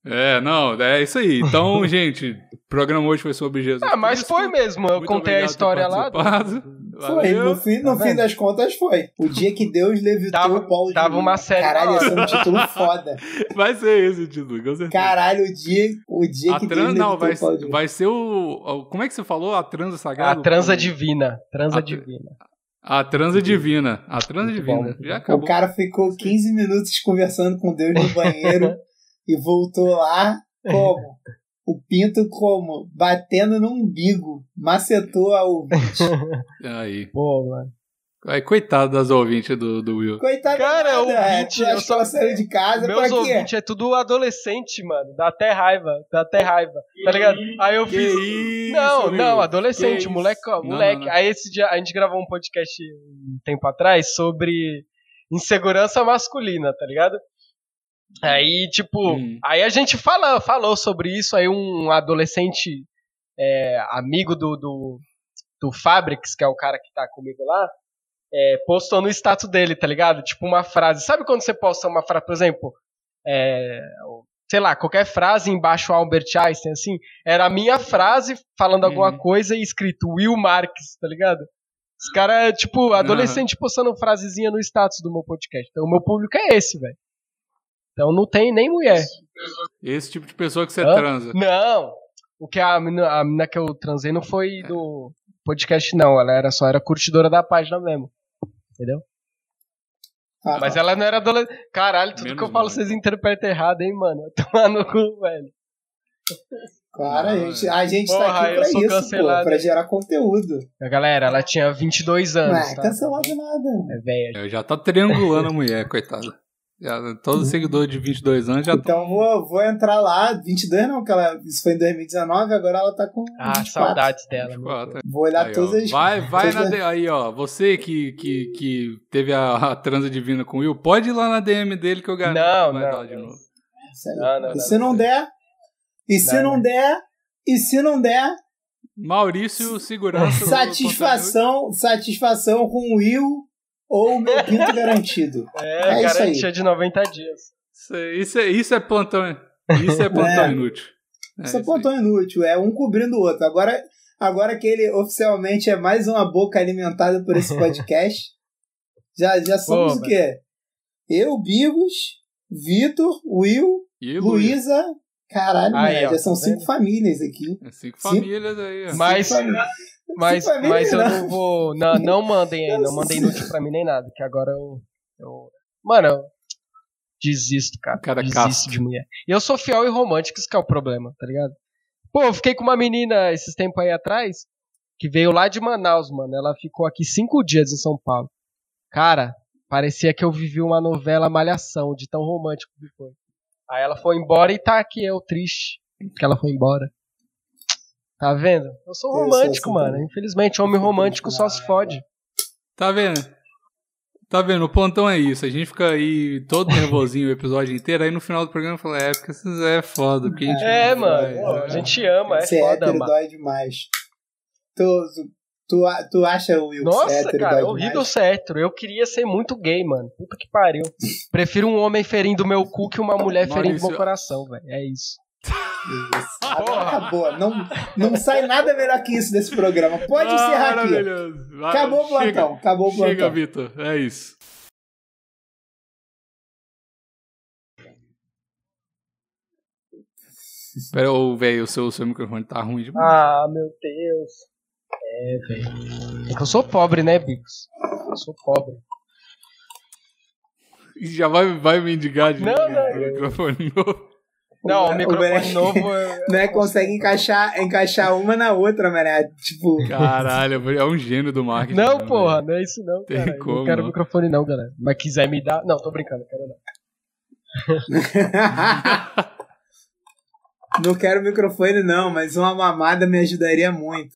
Speaker 2: Não, é isso aí. Então, gente, o programa hoje foi sobre Jesus Cristo.
Speaker 1: Mas foi mesmo, eu contei a história lá.
Speaker 3: Foi, no fim das contas foi. O dia que Deus levitou o Paulo de
Speaker 1: Tava uma série.
Speaker 3: Caralho, esse é um título foda.
Speaker 2: Vai ser esse o título, com certeza.
Speaker 3: Caralho, o dia que Deus levitou o Paulo de
Speaker 2: vai ser o... Como é que você falou? A transa sagrada?
Speaker 1: A transa divina. Divina.
Speaker 2: A transa divina. A transa divina. Já acabou.
Speaker 3: O cara ficou 15 minutos conversando com Deus no banheiro e voltou lá como? O pinto como? Batendo no umbigo. Macetou a ouvinte.
Speaker 2: Aí.
Speaker 1: Pô, mano.
Speaker 2: Coitado das ouvintes do Will.
Speaker 3: Coitado,
Speaker 1: cara, ouvinte.
Speaker 3: Eu só saí de casa.
Speaker 1: Meus ouvintes é tudo adolescente, mano. Dá até raiva. Tá ligado? Aí eu fiz.
Speaker 2: Isso,
Speaker 1: não, adolescente, moleque.
Speaker 2: Não.
Speaker 1: Aí esse dia a gente gravou um podcast um tempo atrás sobre insegurança masculina, tá ligado? Aí, tipo, aí a gente falou sobre isso, aí um adolescente amigo do Fabrics, que é o cara que tá comigo lá, postou no status dele, tá ligado? Tipo uma frase, sabe quando você posta uma frase, por exemplo, sei lá, qualquer frase embaixo Albert Einstein, assim, era a minha frase falando alguma coisa e escrito Will Marques, tá ligado? Os caras, tipo, adolescente postando frasezinha no status do meu podcast. Então o meu público é esse, velho. Então não tem nem mulher.
Speaker 2: Esse tipo de pessoa que você transa.
Speaker 1: Não. O que a mina que eu transei não foi do podcast, não. Ela era curtidora da página mesmo. Entendeu? Mas ela não era adolescente. Caralho, tudo que eu falo vocês interpretam errado, hein, mano? Tomar no cu, velho.
Speaker 3: Claro, a gente tá aqui pra isso, cancelado, pra gerar conteúdo.
Speaker 1: A galera, ela tinha 22 anos.
Speaker 3: Não é cancelado nada.
Speaker 1: É velha.
Speaker 2: Eu já tá triangulando a mulher, coitada. Todo seguidor de 22 anos já
Speaker 3: então vou entrar lá, 22 não, que isso foi em 2019, agora ela tá com 24.
Speaker 1: Saudades dela.
Speaker 2: 24.
Speaker 3: Vou olhar
Speaker 2: aí,
Speaker 3: todas as...
Speaker 2: Aí, ó, você que teve a transa divina com o Will, pode ir lá na DM dele que eu garanto que vai dar de novo.
Speaker 3: E se não der? E se não der? E se não der?
Speaker 2: Maurício, segurança.
Speaker 3: Satisfação com o Will ou o meu pinto garantido.
Speaker 1: Garantia de 90 dias.
Speaker 2: Isso é plantão. Isso é plantão inútil.
Speaker 3: Isso é plantão inútil. É um cobrindo o outro. Agora que ele oficialmente é mais uma boca alimentada por esse podcast, já somos o quê? Eu, Bigos, Vitor, Will, Luísa. Caralho, já são 5 famílias aqui.
Speaker 2: 5 famílias aí. Ó.
Speaker 1: Mas eu não vou... Não mandem aí, não mandem inútil pra mim nem nada, que agora Mano, eu desisto, cara. Desisto de mulher. E eu sou fiel e romântico, isso que é o problema, tá ligado? Pô, eu fiquei com uma menina esses tempos aí atrás, que veio lá de Manaus, mano. Ela ficou aqui 5 dias em São Paulo. Cara, parecia que eu vivi uma novela Malhação, de tão romântico que foi. Aí ela foi embora e tá aqui, eu triste, que ela foi embora. Tá vendo? Eu sou romântico, mano. Infelizmente, homem romântico só se fode.
Speaker 2: Tá vendo? O plantão é isso. A gente fica aí todo nervosinho o episódio inteiro. Aí no final do programa fala, porque vocês é foda. Porque a gente
Speaker 1: mano. A gente ama,
Speaker 3: Ser
Speaker 1: foda,
Speaker 3: hétero dói demais. Tu acha, Will,
Speaker 1: nossa, cara, é horrível ser hétero. Eu queria ser muito gay, mano. Puta que pariu. Prefiro um homem ferindo meu cu que uma mulher ferindo meu coração, velho. É isso.
Speaker 3: Agora acabou. Não sai nada melhor que isso desse programa. Pode encerrar aqui. Acabou o plantão. Acabou o plantão.
Speaker 2: Chega, Vitor. É isso. Pera, velho, o seu microfone tá ruim demais.
Speaker 1: Ah, meu Deus. Velho. É que eu sou pobre, né, Bicos? Eu sou pobre.
Speaker 2: Já vai me indicar de
Speaker 1: microfone novo. Não, o microfone novo...
Speaker 3: Né, consegue encaixar uma na outra, mané. Tipo...
Speaker 2: Caralho, é um gênio do marketing.
Speaker 1: Não, porra, não é isso não,
Speaker 2: cara. Tem como,
Speaker 1: não quero microfone não, galera. Mas quiser me dar... Não, tô brincando, quero
Speaker 3: não. Não quero microfone não, mas uma mamada me ajudaria muito.